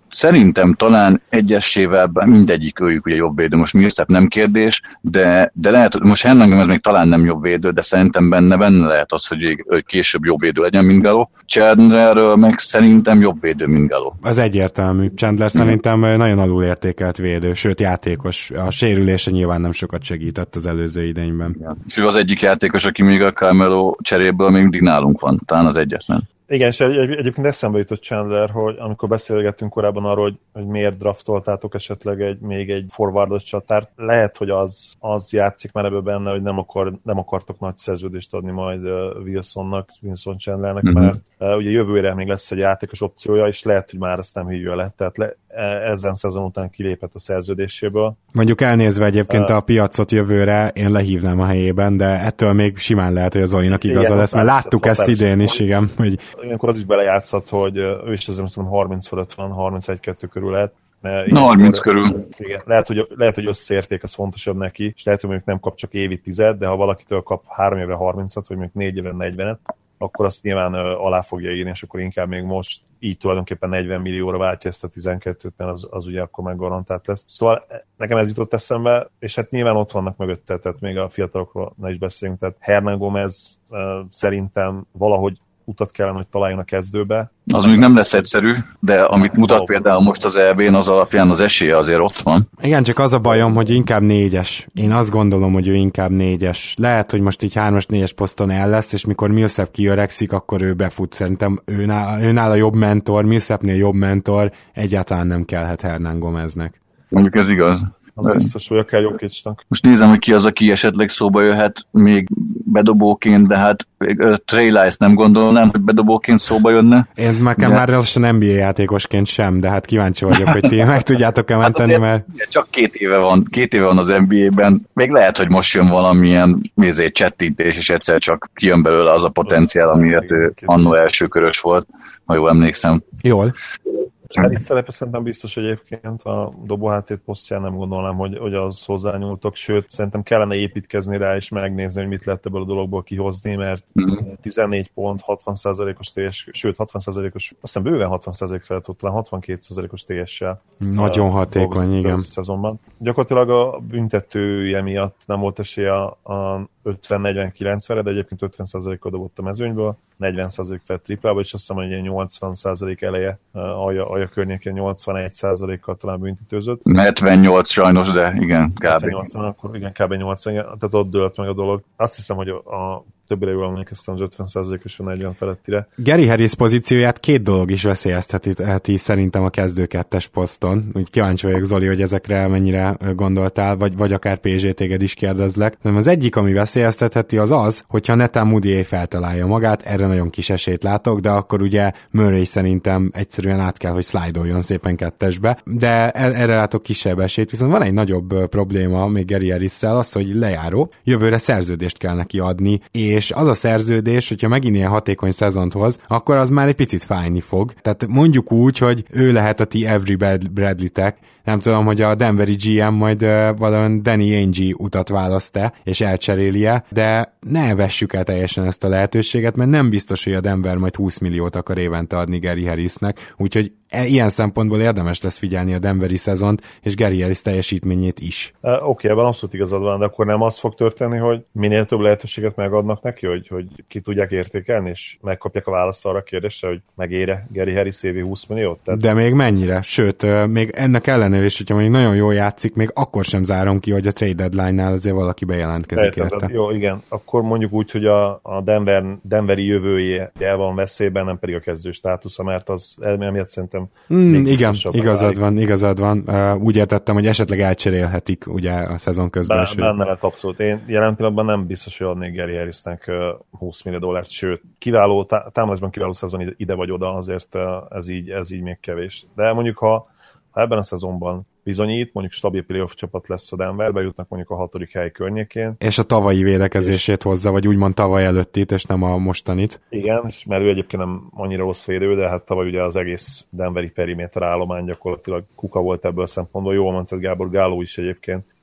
szerintem talán egyesével mindegyik őjük ugye jobb védő, most Millsap nem kérdés, de, de lehet, hogy most Hernangom ez még talán nem jobb védő, de szerintem benne, benne lehet az, hogy, hogy később jobb védő legyen, mint Gallo. Chandlerről meg szerintem jobb védő, mint Gallo. Az egyértelmű. Chandler szerintem nagyon alulértékelt védő, sőt játékos. A sérülése nyilván nem sokat segített az előző idényben. Ja. És ő az egyik játékos, aki még a Carmelo cseréből még mindig nálunk van, talán az egyetlen. Igen, és egy, egy, egyébként eszembe jutott Chandler, hogy amikor beszélgettünk korábban arról, hogy, hogy miért draftoltátok esetleg egy, még egy forwardos csatárt, lehet, hogy az, az játszik már ebben benne, hogy nem, akar, nem akartok nagy szerződést adni majd uh, Wilsonnak, Wilson Chandlernek, uh-huh. mert uh, ugye jövőre még lesz egy játékos opciója, és lehet, hogy már ezt nem hívja le, tehát le, ezen szezon után kilépett a szerződéséből. Mondjuk elnézve egyébként uh, a piacot jövőre, én lehívnám a helyében, de ettől még simán lehet, hogy az Zolinak igaza igen, lesz, mert láttuk ezt idén is, igen, hogy ilyenkor az is belejátszhat, hogy ő is azért szerintem harminc fölött van, harmincegy kettő körül lehet. harminc körül. Igen, lehet, hogy, lehet, hogy összeérték, az fontosabb neki, és lehet, hogy mondjuk nem kap csak évi tized, de ha valakitől kap három évre harmincat, vagy mondjuk négy évre negyvenet, akkor azt nyilván alá fogja írni, és akkor inkább még most így tulajdonképpen negyven millióra váltja ezt a tizenkettőt, mert az, az ugye akkor meg garantált lesz. Szóval nekem ez jutott eszembe, és hát nyilván ott vannak mögötte, tehát még a fiatalokról ne is beszéljünk, tehát Hernán Gómez uh, szerintem valahogy utat kellene, hogy találjon a kezdőbe. Az még nem lesz egyszerű, de amit mutat például most az é bén, az alapján az esélye azért ott van. Igen, csak az a bajom, hogy inkább négyes. Én azt gondolom, hogy ő inkább négyes. Lehet, hogy most így hármas, négyes poszton el lesz, és mikor Millsap kiöregszik, akkor ő befut. Szerintem őnál, őnál a jobb mentor, Millsapnél jobb mentor egyáltalán nem kellhet Hernán Gomeznek. Mondjuk ez igaz. Az biztos, hogy akár Jokicsnak. Most nézem, hogy ki az, aki esetleg szóba jöhet még bedobóként, de hát Trey Lyles nem gondolnám, hogy bedobóként szóba jönne. Én nekem már lassan en bé á játékosként sem, de hát kíváncsi vagyok, hogy ti meg tudjátok-e menteni, hát mert... Csak két éve van, két éve van az en bé á-ben. Még lehet, hogy most jön valamilyen mézé csettintés, és egyszer csak kijön belőle az a potenciál, amiért ő annó első körös volt, ha jól emlékszem. Jól. Hát itt szerepe szerintem biztos egyébként a dobóhátét posztján nem gondolnám, hogy, hogy az hozzányúltok, sőt, szerintem kellene építkezni rá és megnézni, hogy mit lehet ebből a dologból kihozni, mert tizennégy pont, hatvan százalékos té es, sőt hatvan százalékos, azt hiszem bőven hatvan százalék felett ott, talán hatvankét százalékos té es-sel. Nagyon hatékony, igen. Szezonban. Gyakorlatilag a büntetője miatt nem volt esélye a ötven negyven kilencvenre, de egyébként ötven százalékkal dobott a mezőnyből, negyven százalék felett triplába, és azt hiszem, hogy egy nyolcvan százalék eleje alja, alja környékén nyolcvanegy százalékkal talán büntetőzött. hetvennyolc sajnos, de igen, kb. hetvennyolc, akkor igen, kb. nyolcvan, tehát ott dőlt meg a dolog. Azt hiszem, hogy a többire jól emlékeztem az ötven százalékos a negyven felettire. Gary Harris pozícióját két dolog is veszélyeztetheti szerintem a kezdő kettes poszton. Úgy kíváncsi vagyok, Zoli, hogy ezekre mennyire gondoltál, vagy, vagy akár pé zé téged is kérdezlek. De az egyik, ami veszélyeztetheti, az az, hogyha netán Moody feltalálja magát, erre nagyon kis esélyt látok, de akkor ugye Murray szerintem egyszerűen át kell, hogy szlájdoljon szépen kettesbe, de erre látok kisebb esélyt, viszont van egy nagyobb probléma még Gary Harris-szel, az, hogy lejáró, jövőre szerződést kell neki adni, és és az a szerződés, hogyha megint ilyen hatékony szezont hoz, akkor az már egy picit fájni fog. Tehát mondjuk úgy, hogy ő lehet a ti Avery Bradley-tek, nem tudom, hogy a Denveri gé em majd uh, valami Danny Ainge utat választ-e, és elcseréli-e, de ne vessük el teljesen ezt a lehetőséget, mert nem biztos, hogy a Denver majd húsz milliót akar évente adni Gary Harrisnek, úgyhogy e- ilyen szempontból érdemes lesz figyelni a Denveri szezont, és Gary Harris teljesítményét is. Uh, Oké, okay, ebben abszolút igazad van, de akkor nem az fog történni, hogy minél több lehetőséget megadnak neki, hogy, hogy ki tudják értékelni, és megkapják a választ arra a kérdésre, hogy megére Gary Harris évi húsz milliót? Tehát... De még mennyire? Sőt, uh, még ennek ellenére is, hogyha mondjuk nagyon jól játszik, még akkor sem zárom ki, hogy a trade deadline-nál azért valaki bejelentkezik érte. érte. Jó, igen. Akkor mondjuk úgy, hogy a, a Denver, Denveri jövője el van veszélyben, nem pedig a kezdő státusza, mert az emiatt szerintem mm, igen, igazad van, igazad van. Uh, úgy értettem, hogy esetleg elcserélhetik ugye a szezon közben. Benne lett abszolút. Én jelen pillanatban nem biztos, hogy adnék Gary Harrisnek uh, húsz millió dollárt, sőt, kiváló, tá- támadásban kiváló szezon ide vagy oda, azért uh, ez, így, ez így még kevés. De mondjuk, ha Ha ebben a szezonban bizonyít, mondjuk stabil playoff csapat lesz a Denver, bejutnak mondjuk a hatodik hely környékén. És a tavalyi védekezését hozza, vagy úgymond tavaly előttit, és nem a mostanit. Igen, és mert ő egyébként nem annyira rossz védő, de hát tavaly ugye az egész Denveri periméter állomány gyakorlatilag kuka volt ebből a szempontból. Jól mondtad, Gábor, Gáló is egyébként,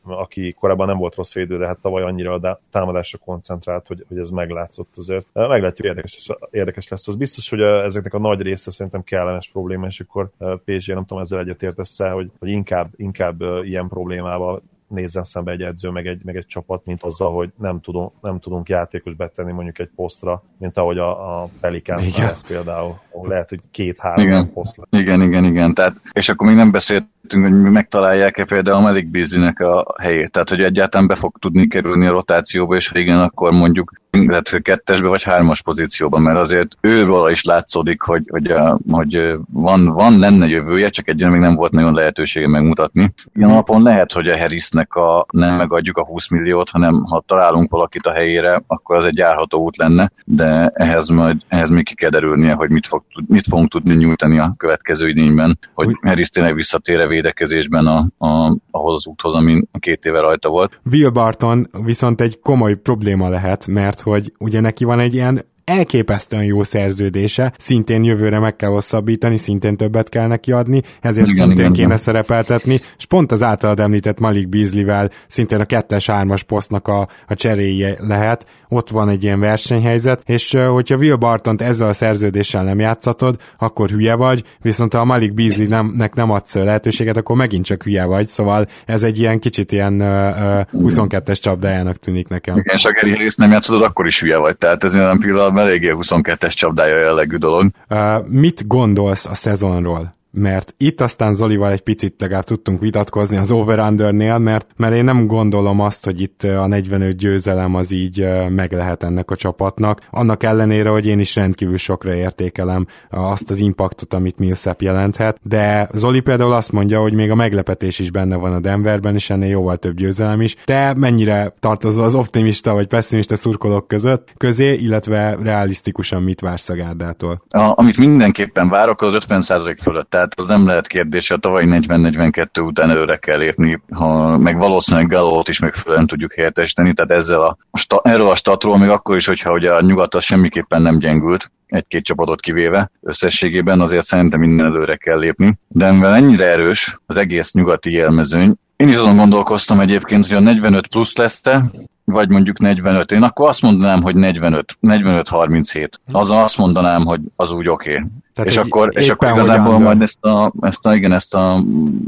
aki korábban nem volt rossz védő, de hát tavaly annyira a támadásra koncentrált, hogy, hogy ez meglátszott azért. Meglátjuk, érdekes, érdekes lesz. Az biztos, hogy ezeknek a nagy része szerintem kellemes probléma, és akkor pé es gé, nem tudom, ezzel egyetértesz-e, hogy, hogy inkább, inkább ilyen problémával nézzen szembe egy edző, meg egy, meg egy csapat, mint azzal, hogy nem, tudom, nem tudunk játékos betenni mondjuk egy posztra, mint ahogy a, a Pelicans lesz például. Lehet, hogy két-három poszt lesz. Igen, igen, igen. Tehát, és akkor még nem beszéltünk, hogy megtalálják-e például a Malik Beasley-nek a helyét. Tehát, hogy egyáltalán be fog tudni kerülni a rotációba, és ha igen, akkor mondjuk lehet, hogy kettesbe vagy hármas pozícióban, mert azért őről is látszódik, hogy, hogy, a, hogy van, van lenne jövője, csak egyen még nem volt nagyon lehetősége megmutatni. Ilyen alapon lehet, hogy a Harrisnek a, nem megadjuk a húsz milliót, hanem ha találunk valakit a helyére, akkor az egy járható út lenne, de ehhez, majd, ehhez még ki kell derülnie, hogy mit, fog, mit fogunk tudni nyújtani a következő idényben, hogy Harris tényleg visszatér védekezésben a, a, ahhoz az úthoz, amin két éve rajta volt. Will Barton viszont egy komoly probléma lehet, mert hogy ugye neki van egy ilyen elképesztően jó szerződése, szintén jövőre meg kell hosszabbítani, szintén többet kell neki adni, ezért igen, szintén igen, kéne igen. szerepeltetni, és pont az általad említett Malik Beasley-vel szintén a kettes-hármas posztnak a, a cseréje lehet, ott van egy ilyen versenyhelyzet, és hogyha Will Bartont ezzel a szerződéssel nem játszatod, akkor hülye vagy, viszont ha a Malik Beasley-nek nem adsz lehetőséget, akkor megint csak hülye vagy, szóval ez egy ilyen kicsit ilyen uh, huszonkettes csapdájának tűnik nekem. Igen, és ha Gary Harris nem játszod, akkor is hülye vagy, tehát ez olyan pillanatban eléggé huszonkettes csapdája jellegű dolog. Uh, mit gondolsz a szezonról? Mert itt aztán Zolival egy picit legalább tudtunk vitatkozni az over-undernél, mert, mert én nem gondolom azt, hogy itt a negyvenöt győzelem az így meg lehet ennek a csapatnak. Annak ellenére, hogy én is rendkívül sokra értékelem azt az impaktot, amit Millsap jelenthet, de Zoli például azt mondja, hogy még a meglepetés is benne van a Denverben, és ennél jóval több győzelem is. Te mennyire tartozol az optimista vagy pessimista szurkolók között közé, illetve realisztikusan mit vársz a gárdától? A, amit mindenképpen várok, az ötven százalék fölött. Tehát az nem lehet kérdés, a tavalyi negyven negyvenkettő után előre kell lépni, ha meg valószínűleg Gallót is megfelelően tudjuk helyettesíteni, tehát ezzel a, a, erről a statról, még akkor is, hogyha ugye a nyugat az semmiképpen nem gyengült, egy-két csapatot kivéve összességében, azért szerintem minden előre kell lépni. De mivel ennyire erős az egész nyugati élmezőny, én is azon gondolkoztam egyébként, hogy a negyvenöt plusz lesz-e, vagy mondjuk negyvenöt. Én akkor azt mondanám, hogy negyvenöt, negyvenöt harminchét. Azon azt mondanám, hogy az úgy oké. Okay. És akkor, és akkor igazából majd ezt a, ezt a, igen, ezt a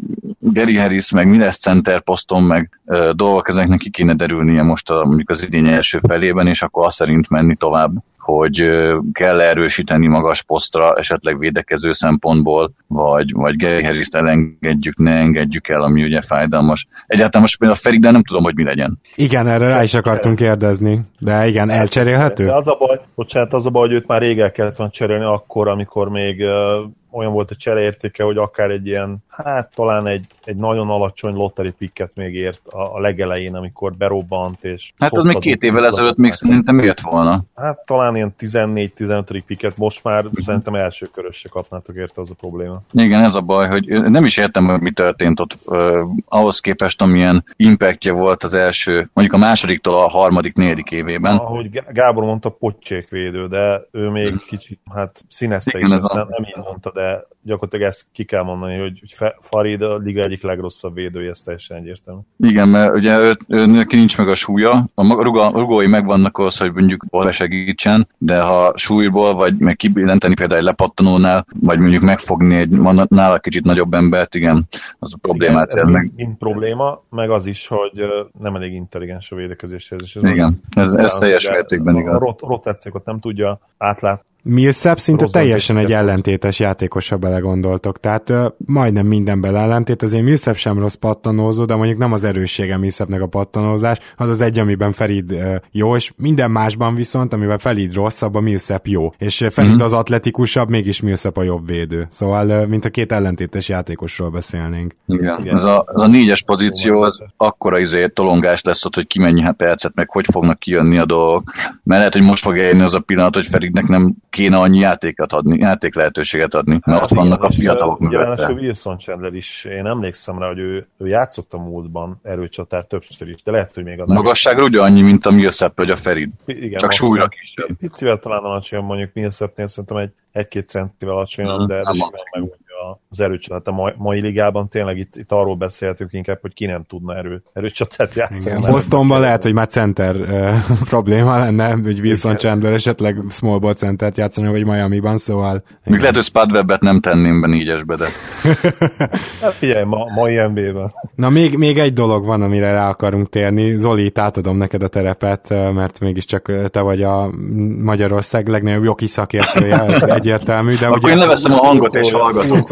Gary Harris, meg mi lesz center poszton, meg ö, dolgok, ezeknek ki kéne derülnie most a, mondjuk az idény első felében, és akkor azt szerint menni tovább, hogy ö, kell erősíteni magas posztra, esetleg védekező szempontból, vagy, vagy Gary Harrist elengedjük, ne engedjük el, ami ugye fájdalmas. Egyáltalán most például a Ferig, nem tudom, hogy mi legyen. Igen, erre rá is akartunk kérdezni, de igen, elcserélhető? De az a baj, bocsánat, az a baj, hogy őt már rég el kellett volna cserélni akkor, amikor még uh, olyan volt a csereértéke, hogy akár egy ilyen, hát talán egy, egy nagyon alacsony lottery picket még ért a, a legelején, amikor berobbant, és... Hát az még két évvel ezelőtt még szerintem ért volna. Hát talán ilyen tizennégy-tizenöt picket, most már szerintem első körös kapnátok érte, az a probléma. Igen, ez a baj, hogy nem is értem, hogy mi történt ott. Uh, ahhoz képest, amilyen impactja volt az első, mondjuk a másodiktól a harmadik, negyedik évében. Ahogy Gábor mondta, pocsékvédő, de ő még hmm. kicsit, hát színezte is, ezt a... nem így mondta, de gyakorlatilag ezt ki kell mondani, hogy Farid a liga egyik legrosszabb védője, ez teljesen egyértelmű. Igen, mert ugye ő, ő, neki nincs meg a súlya, a ruga, rugói megvannak ahhoz, hogy mondjuk segítsen, de ha súlyból, vagy meg kibillenteni például egy lepattanónál, vagy mondjuk megfogni egy nála kicsit nagyobb embert, igen, az a problémát. Ez, ez mind, mind probléma, meg az is, hogy nem elég intelligens a védekezéshez. Igen, ez, ez teljes mértékben igaz. A rot, rotációkat nem tudja átlátni. Millsap szinte Rosszal teljesen egy ellentétes játékos, ha belegondoltok. Tehát uh, majdnem mindenben ellentét, azért Millsap sem rossz pattanózó, de mondjuk nem az erőssége Millsapnek a pattanózás, az az egy, amiben Farid uh, jó, és minden másban viszont, amiben Farid rosszabb, a Millsap jó. És uh, Farid mm-hmm. az atletikusabb, mégis Millsap a jobb védő. Szóval uh, mint a két ellentétes játékosról beszélnénk. Igen, Igen. Ez, a, ez a négyes pozíció az akkora izé tolongás lesz ott, hogy ki mennyi percet, meg hogy fognak kijönni a dolgok. Mert lehet, hogy most fog eljönni az a pillanat, hogy Faridnek nem kéne annyi játékat adni, játék lehetőséget adni, mert hát ott igen, vannak a fiatalok mögötte. Wilson Chandler is, én emlékszem rá, hogy ő, ő játszott a múltban erőcsatár többször is, de lehet, hogy még a... Magasságra ugye annyi, mint a Millsap vagy a Farid. Igen, csak súlyra kisebb. Picivel talán alacsonyabb mondjuk Millsapnél, szerintem egy egy-két centivel alacsonyabb, de, de simán megmondja az erőcsatát a mai, mai ligában. Tényleg itt, itt arról beszéltünk inkább, hogy ki nem tudna erő, erőcsatát játszani. Bostonban lehet, hogy már center uh, probléma lenne, hogy Wilson Chandler esetleg small ball centert játszani, vagy Miamiban, szóval... Még lehet, hogy Spud Webbet nem tenném be négyesbe, de... Hát figyelj, ma, mai en bé á-ben. Na még, még egy dolog van, amire rá akarunk térni. Zoli, átadom neked a terepet, mert mégiscsak te vagy a Magyarország legnagyobb jogi szakértője, ez egyértelmű. De akkor ugye... én leveszem a hangot és hallgatom.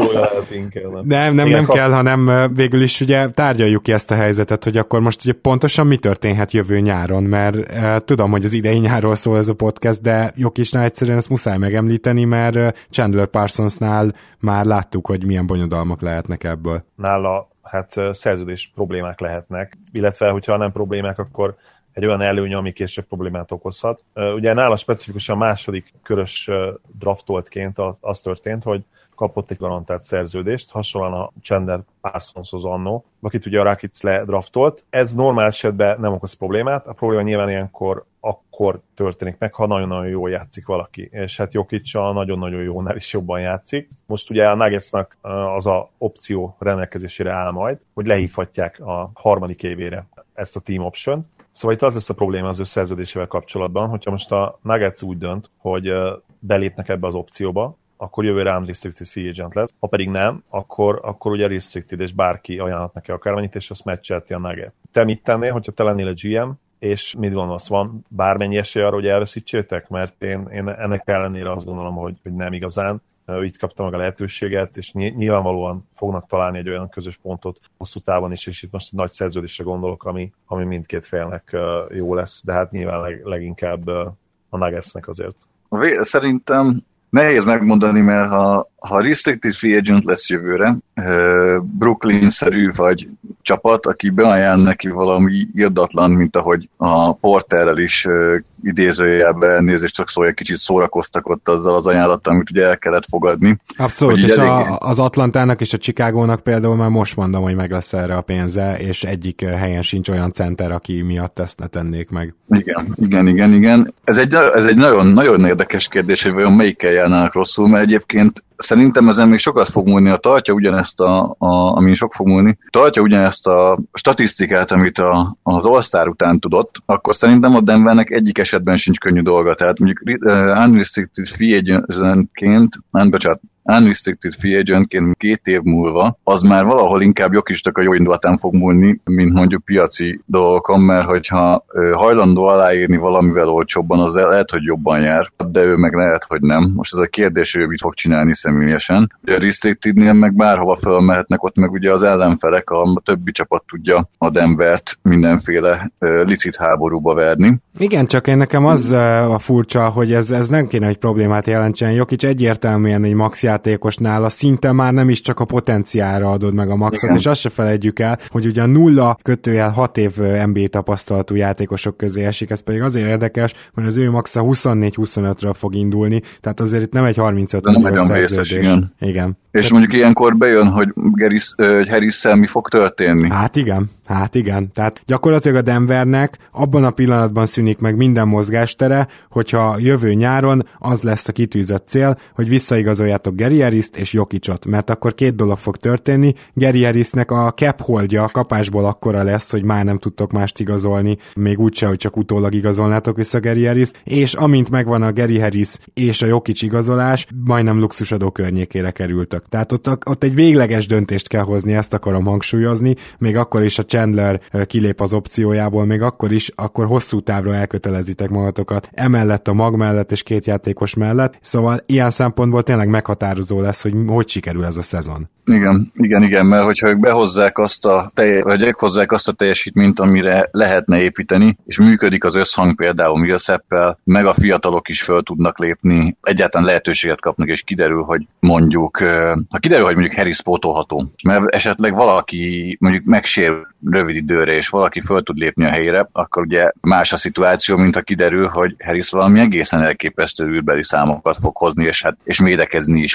Nem, nem, nem kell, hanem végül is ugye tárgyaljuk ki ezt a helyzetet, hogy akkor most ugye pontosan mi történhet jövő nyáron, mert e, tudom, hogy az idei nyárról szól ez a podcast, de Jokicnál egyszerűen ezt muszáj megemlíteni, mert Chandler Parsonsnál már láttuk, hogy milyen bonyodalmak lehetnek ebből. Nála hát szerződés problémák lehetnek, illetve hogyha nem problémák, akkor egy olyan előny, ami később problémát okozhat. Ugye nála specifikusan második körös draftoltként az történt, hogy kapott egy garantált szerződést, hasonlóan a Chandler Parsonshoz annó, akit ugye a Rockets ledraftolt. Ez normál esetben nem okoz problémát, a probléma nyilván ilyenkor akkor történik meg, ha nagyon-nagyon jól játszik valaki, és hát Jokic a nagyon-nagyon jónál is jobban játszik. Most ugye a Nuggetsnak az a opció rendelkezésére áll majd, hogy lehívhatják a harmadik évére ezt a team option. Szóval itt az lesz a probléma az ő szerződésével kapcsolatban, hogyha most a Nuggets úgy dönt, hogy belépnek ebbe az opcióba, akkor jövőre unrestricted free agent lesz. Ha pedig nem, akkor, akkor ugye restricted, és bárki ajánlhat neki akármennyit, és azt meccselti a Nugget. Te mit tennél, hogyha te lennél a gé em, és mit gondolsz, van bármennyi esély arra, hogy elveszítsétek? Mert én, én ennek ellenére azt gondolom, hogy, hogy nem igazán. Itt kapta meg a lehetőséget, és nyilvánvalóan fognak találni egy olyan közös pontot hosszú távon is, és itt most egy nagy szerződésre gondolok, ami, ami mindkét félnek jó lesz, de hát nyilván leg, leginkább a Nuggetsnek azért. Szerintem nehéz megmondani, mert ha, ha restricted free agent lesz jövőre, Brooklyn-szerű vagy csapat, aki beajánl neki valami irdatlan, mint ahogy a Porterrel is idézőjelben elnézést, csak szó, egy kicsit szórakoztak ott azzal az ajánlattal, amit ugye el kellett fogadni. Abszolút, és elég... a, az Atlantának és a Chicagónak például már most mondom, hogy meg lesz erre a pénze, és egyik helyen sincs olyan center, aki miatt ezt ne tennék meg. Igen, igen, igen, igen. Ez egy, ez egy nagyon, nagyon érdekes kérdés, hogy vajon melyikkel járnának rosszul, mert egyébként szerintem ezen még sokat fog múlni, a tartja ugyanezt, a, a, amin sok fog múlni, tartja ugyanezt a statisztikát, amit a, az All-Star után tudott, akkor szerintem a Denvernek egyik esetben sincs könnyű dolga. Tehát mondjuk uh, unrestricted free agentként, nem, bocsánat, unrestricted free agentként két év múlva, az már valahol inkább Jokicnak a jó indulatán fog múlni, mint mondjuk piaci dolgokon, mert hogyha uh, hajlandó aláírni valamivel olcsóbban, az lehet, hogy jobban jár, de ő meg lehet, hogy nem. Most ez a kérdés, hogy ő mit fog csinálni személyesen. A restrictednél meg bárhova fölmehetnek, ott meg ugye az ellenfelek, a többi csapat tudja a Denvert mindenféle uh, licit háborúba verni. Igen, csak én nekem az uh, a furcsa, hogy ez, ez nem kéne, hogy problémát jelentsen. Jokic egyértelműen egy max játékosnál a szinte már nem is csak a potenciálra adod meg a maxot, igen. És azt se felejtjük el, hogy ugye a nulla kötőjel hat év en bé á tapasztalatú játékosok közé esik, ez pedig azért érdekes, mert az ő maxa huszonnégy huszonötről fog indulni, tehát azért itt nem egy harmincöt milliós szerződés. Igen. igen. És tehát... mondjuk ilyenkor bejön, hogy, Geris, hogy Harris-szel mi fog történni? Hát igen, hát igen. Tehát gyakorlatilag a Denvernek abban a pillanatban szűnik meg minden mozgástere, hogyha jövő nyáron az lesz a kitűzött cél, hogy visszaigazoljátok Gary Harrist és Jokicot, mert akkor két dolog fog történni. Gary Harrisnek a cap holdja a kapásból akkora lesz, hogy már nem tudtok mást igazolni, még úgyse, hogy csak utólag igazolnátok vissza Gary Harrist, és amint megvan a Gary Harris és a Jokic igazolás, majdnem luxusadó környékére kerültök. Tehát ott, ott egy végleges döntést kell hozni, ezt akarom hangsúlyozni, még akkor is a Chandler kilép az opciójából, még akkor is, akkor hosszú távra elkötelezitek magatokat, emellett a mag mellett és két játékos mellett, szóval ilyen szempontból tényleg meghatározó lesz, hogy hogy sikerül ez a szezon. Igen, igen, igen, mert hogyha ők behozzák azt a, telj, vagy ők hozzák azt a teljesítményt, amire lehetne építeni, és működik az összhang például Millsappel, meg a fiatalok is föl tudnak lépni, egyáltalán lehetőséget kapnak, és kiderül, hogy mondjuk, ha kiderül, hogy mondjuk Harris pótolható, mert esetleg valaki mondjuk megsérül rövid időre, és valaki föl tud lépni a helyére, akkor ugye más a szituáció, mint ha kiderül, hogy Harris valami egészen elképesztő űrbeli számokat fog hozni, és hát és védekezni is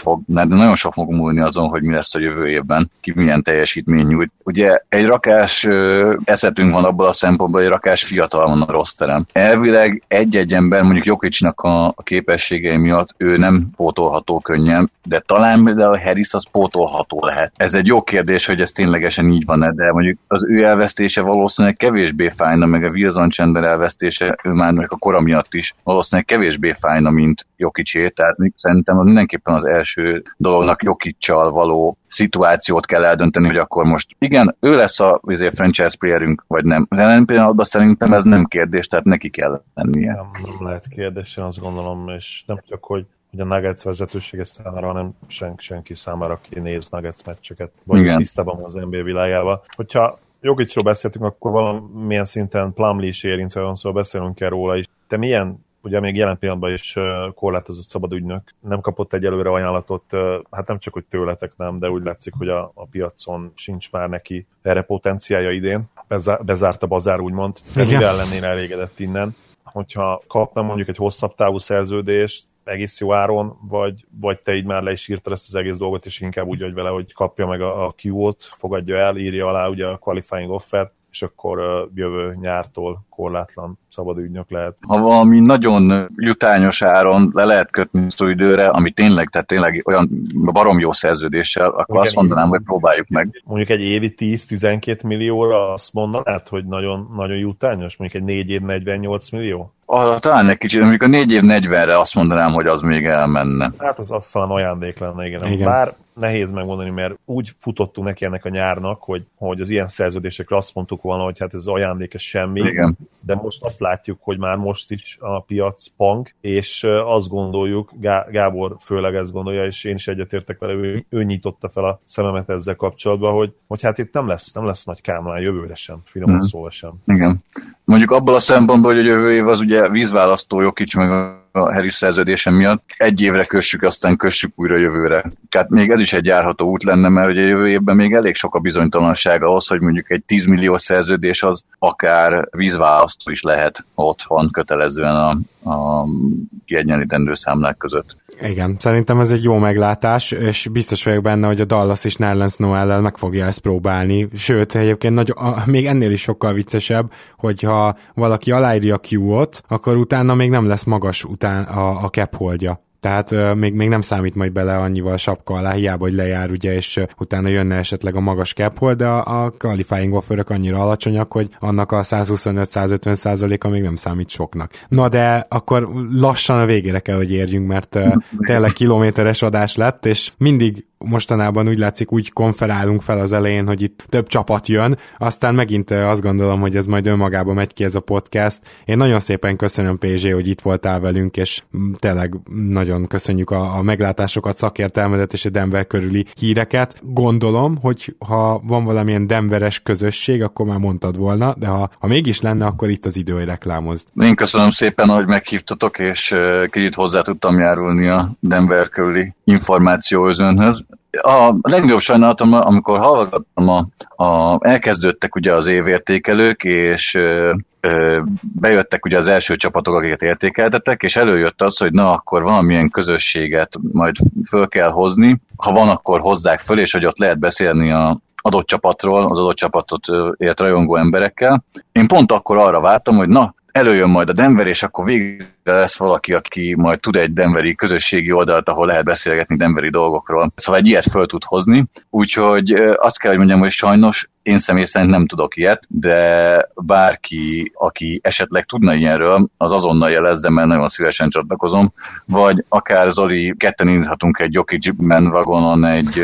fog, nagyon sok fog múlni azon, hogy mi lesz a jövő évben, ki milyen teljesítmény nyújt. Ugye egy rakás eszetünk van abból a szempontból, hogy egy rakás fiatal van a rosterem. Elvileg egy-egy ember, mondjuk Jokicnak a, a képességei miatt ő nem pótolható könnyen, de talán például Harris az pótolható lehet. Ez egy jó kérdés, hogy ez ténylegesen így van-e, de mondjuk az ő elvesztése valószínűleg kevésbé fájna, meg a Wilson Chandler elvesztése, ő már a kora miatt is valószínűleg kevésbé fájna, mint Jokicé, tehát szerintem az mindenképpen az első dolognak Jokicsal való szituációt kell eldönteni, hogy akkor most igen, ő lesz a azért, franchise playerünk, vagy nem. De nem pillanatban szerintem ez nem kérdés, tehát neki kell lennie. Nem, nem lehet kérdés, én azt gondolom, és nem csak, hogy hogy a Nuggets vezetősége számára, hanem sen, senki számára, aki néz Nuggets meccseket, vagy tisztában van az en bé á világával. Hogyha Jokicról beszéltünk, akkor valamilyen szinten Plumlee is érintve van, szóval beszélünk kell róla is. Te milyen, ugye még jelen pillanatban is korlátozott szabadügynök, nem kapott egyelőre ajánlatot, hát nem csak, hogy tőletek nem, de úgy látszik, hogy a, a piacon sincs már neki erre potenciálja idén. Bezár, bezárt a bazár, úgymond. De mivel lennél elégedett innen? Hogyha kapna mondjuk egy hosszabb távú szerződést, egész jó áron, vagy, vagy te így már le is írtad ezt az egész dolgot, és inkább úgy vagy vele, hogy kapja meg a, a Q O-t, fogadja el, írja alá ugye a qualifying offert, és akkor uh, jövő nyártól korlátlan szabad ügynök lehet. Ha valami nagyon jutányos áron le lehet kötni szó időre, ami tényleg, tehát tényleg olyan barom jó szerződéssel, akkor mondjuk azt mondanám, hogy próbáljuk meg. Mondjuk egy évi tíz-tizenkét millióra azt mondanád, hogy nagyon, nagyon jutányos? Mondjuk egy négy év negyvennyolc millió? Arra talán egy kicsit, amikor négy év negyvenre azt mondanám, hogy az még elmenne. Hát az azt talán ajándék lenne, igen. igen. Bár nehéz megmondani, mert úgy futottunk neki ennek a nyárnak, hogy, hogy az ilyen szerződésekre azt mondtuk volna, hogy hát ez ajándék, ez semmi. Igen. De most azt látjuk, hogy már most is a piac punk, és azt gondoljuk, Gá- Gábor főleg ezt gondolja, és én is egyetértek vele, ő, ő nyitotta fel a szememet ezzel kapcsolatban, hogy, hogy hát itt nem lesz, nem lesz nagy kámlán jövőre sem, finoman hmm. szóval sem. Igen. Mondjuk abból a szempontból, hogy a jövő év az ugye vízválasztó Jokic meg a Harris szerződése miatt egy évre kössük, aztán kössük újra jövőre. Tehát még ez is egy járható út lenne, mert ugye jövő évben még elég sok a bizonytalanság ahhoz, hogy mondjuk egy tíz milliós szerződés az akár vízválasztó is lehet, ott van kötelezően a, a kiegyenlítendő számlák között. Igen, szerintem ez egy jó meglátás, és biztos vagyok benne, hogy a Dallas is Nerlens Noel-lel meg fogja ezt próbálni. Sőt, egyébként nagy, a, még ennél is sokkal viccesebb, hogyha valaki aláírja a Q O-t, akkor utána még nem lesz magas után a, a cap holdja. Tehát uh, még, még nem számít majd bele annyival sapka alá, hiába, hogy lejár, ugye, és uh, utána jönne esetleg a magas cap hold, de a, a qualifying offerök annyira alacsonyak, hogy annak a száz huszonöt száz ötven százaléka még nem számít soknak. Na de akkor lassan a végére kell, hogy érjünk, mert uh, tényleg kilométeres adás lett, és mindig mostanában úgy látszik, úgy konferálunk fel az elején, hogy itt több csapat jön, aztán megint azt gondolom, hogy ez majd önmagában megy ki ez a podcast. Én nagyon szépen köszönöm, pé zé, hogy itt voltál velünk, és tényleg nagyon köszönjük a, a meglátásokat, szakértelmedet és a Denver körüli híreket. Gondolom, hogy ha van valamilyen denveres közösség, akkor már mondtad volna, de ha, ha mégis lenne, akkor itt az idő, hogy reklámozd. Én köszönöm szépen, hogy meghívtatok, és kicsit hozzá tudtam járulni a Denver körüli információözönhöz. A legnagyobb sajnálatom, amikor hallgattam, a, a, elkezdődtek ugye az évértékelők, és ö, ö, bejöttek ugye az első csapatok, akiket értékeltettek, és előjött az, hogy na, akkor valamilyen közösséget majd föl kell hozni, ha van, akkor hozzák föl, és hogy ott lehet beszélni a adott csapatról, az adott csapatot ért rajongó emberekkel. Én pont akkor arra vártam, hogy na, előjön majd a Denver, és akkor végre lesz valaki, aki majd tud egy denveri közösségi oldalt, ahol lehet beszélgetni denveri dolgokról. Szóval egy ilyet föl tud hozni, úgyhogy azt kell, hogy mondjam, hogy sajnos én személy szerint nem tudok ilyet, de bárki, aki esetleg tudna ilyenről, az azonnal jelezze, mert nagyon szívesen csatlakozom, vagy akár Zoli, ketten indíthatunk egy Jokic bandwagonon egy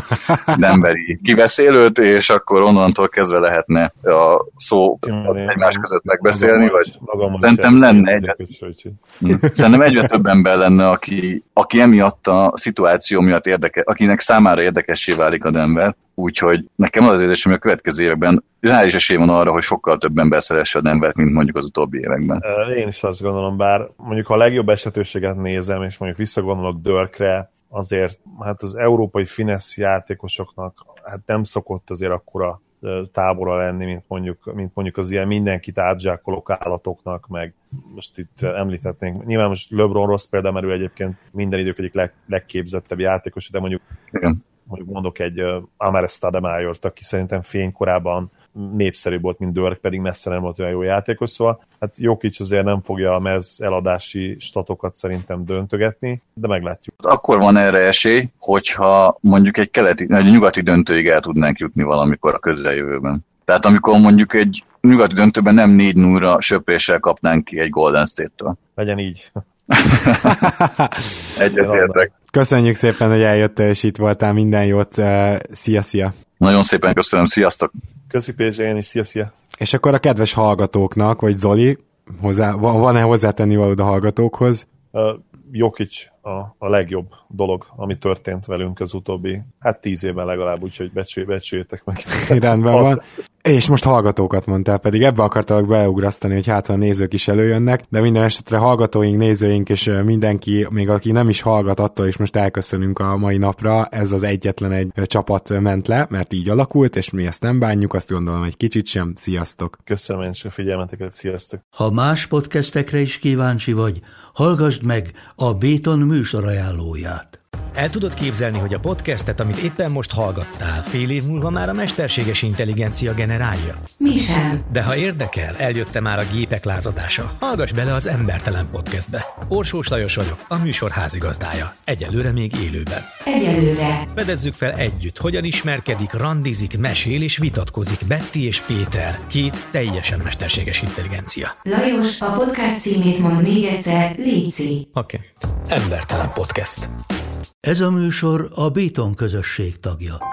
denveri kiveszélőt, és akkor onnantól kezdve lehetne a szó egymás között megbeszélni, vagy szerintem lenne egyre, szerintem egyre több ember lenne, aki, aki emiatt a szituáció miatt érdeke, akinek számára érdekessé válik a Denver. Úgyhogy nekem az az érzésem, hogy a következő években reális esély van arra, hogy sokkal több ember szeresse a Denvert, mint mondjuk az utóbbi években. Én is azt gondolom, bár mondjuk ha a legjobb esetőséget nézem, és mondjuk visszagondolok Dirkre, azért hát az európai finesz játékosoknak hát nem szokott azért akkora tábora lenni, mint mondjuk, mint mondjuk az ilyen mindenkit átzsákolok állatoknak, meg most itt említhetnénk, nyilván most LeBron rossz példa, mert ő egyébként minden idők egyik leg, legképzettebb játékos, de mondjuk, mondjuk mondok egy uh, Amar'e Stoudemire-t, aki szerintem fénykorában népszerű volt, mint Dirk, pedig messze nem volt olyan jó játékos, szóval hát Jokic azért nem fogja a mez eladási statokat szerintem döntögetni, de meglátjuk. Akkor van erre esély, hogyha mondjuk egy keleti, egy nyugati döntőig el tudnánk jutni valamikor a közeljövőben. Tehát amikor mondjuk egy nyugati döntőben nem négy nullra söpréssel kapnánk ki egy Golden State-től. Legyen így. Egyetértek. Köszönjük szépen, hogy eljöttél, és itt voltál, minden jót. Szia, szia! Nagyon szépen köszönöm, sziasztok! Köszi pé zé, én is, szia, szia! És akkor a kedves hallgatóknak, vagy Zoli, hozzá, van-e hozzátenni valód a hallgatókhoz? Uh, Jokic a, a legjobb dolog, ami történt velünk az utóbbi, hát tíz évben legalább, úgyhogy becsülj, becsüljétek meg. Rendben van. És most hallgatókat mondtál, pedig ebbe akartalak beugrasztani, hogy hát a nézők is előjönnek, de minden esetre hallgatóink, nézőink és mindenki, még aki nem is hallgat, attól is most elköszönünk a mai napra. Ez az egyetlen egy csapat ment le, mert így alakult, és mi ezt nem bánjuk, azt gondolom, egy kicsit sem. Sziasztok! Köszönöm én is a figyelmeteket, sziasztok! Ha más podcastekre is kíváncsi vagy, hallgassd meg a Béton műsor ajánlóját. El tudod képzelni, hogy a podcastet, amit éppen most hallgattál, fél év múlva már a mesterséges intelligencia generálja? Mi sem. De ha érdekel, eljött már a gépek lázadása. Hallgass bele az Embertelen Podcastbe. Orsós Lajos vagyok, a műsor házigazdája. Egyelőre még élőben. Egyelőre. Fedezzük fel együtt, hogyan ismerkedik, randizik, mesél és vitatkozik Betty és Péter, két teljesen mesterséges intelligencia. Lajos, a podcast címét mond még egyszer, léci. Oké. Okay. Embertelen Podcast. Ez a műsor a Béton közösség tagja.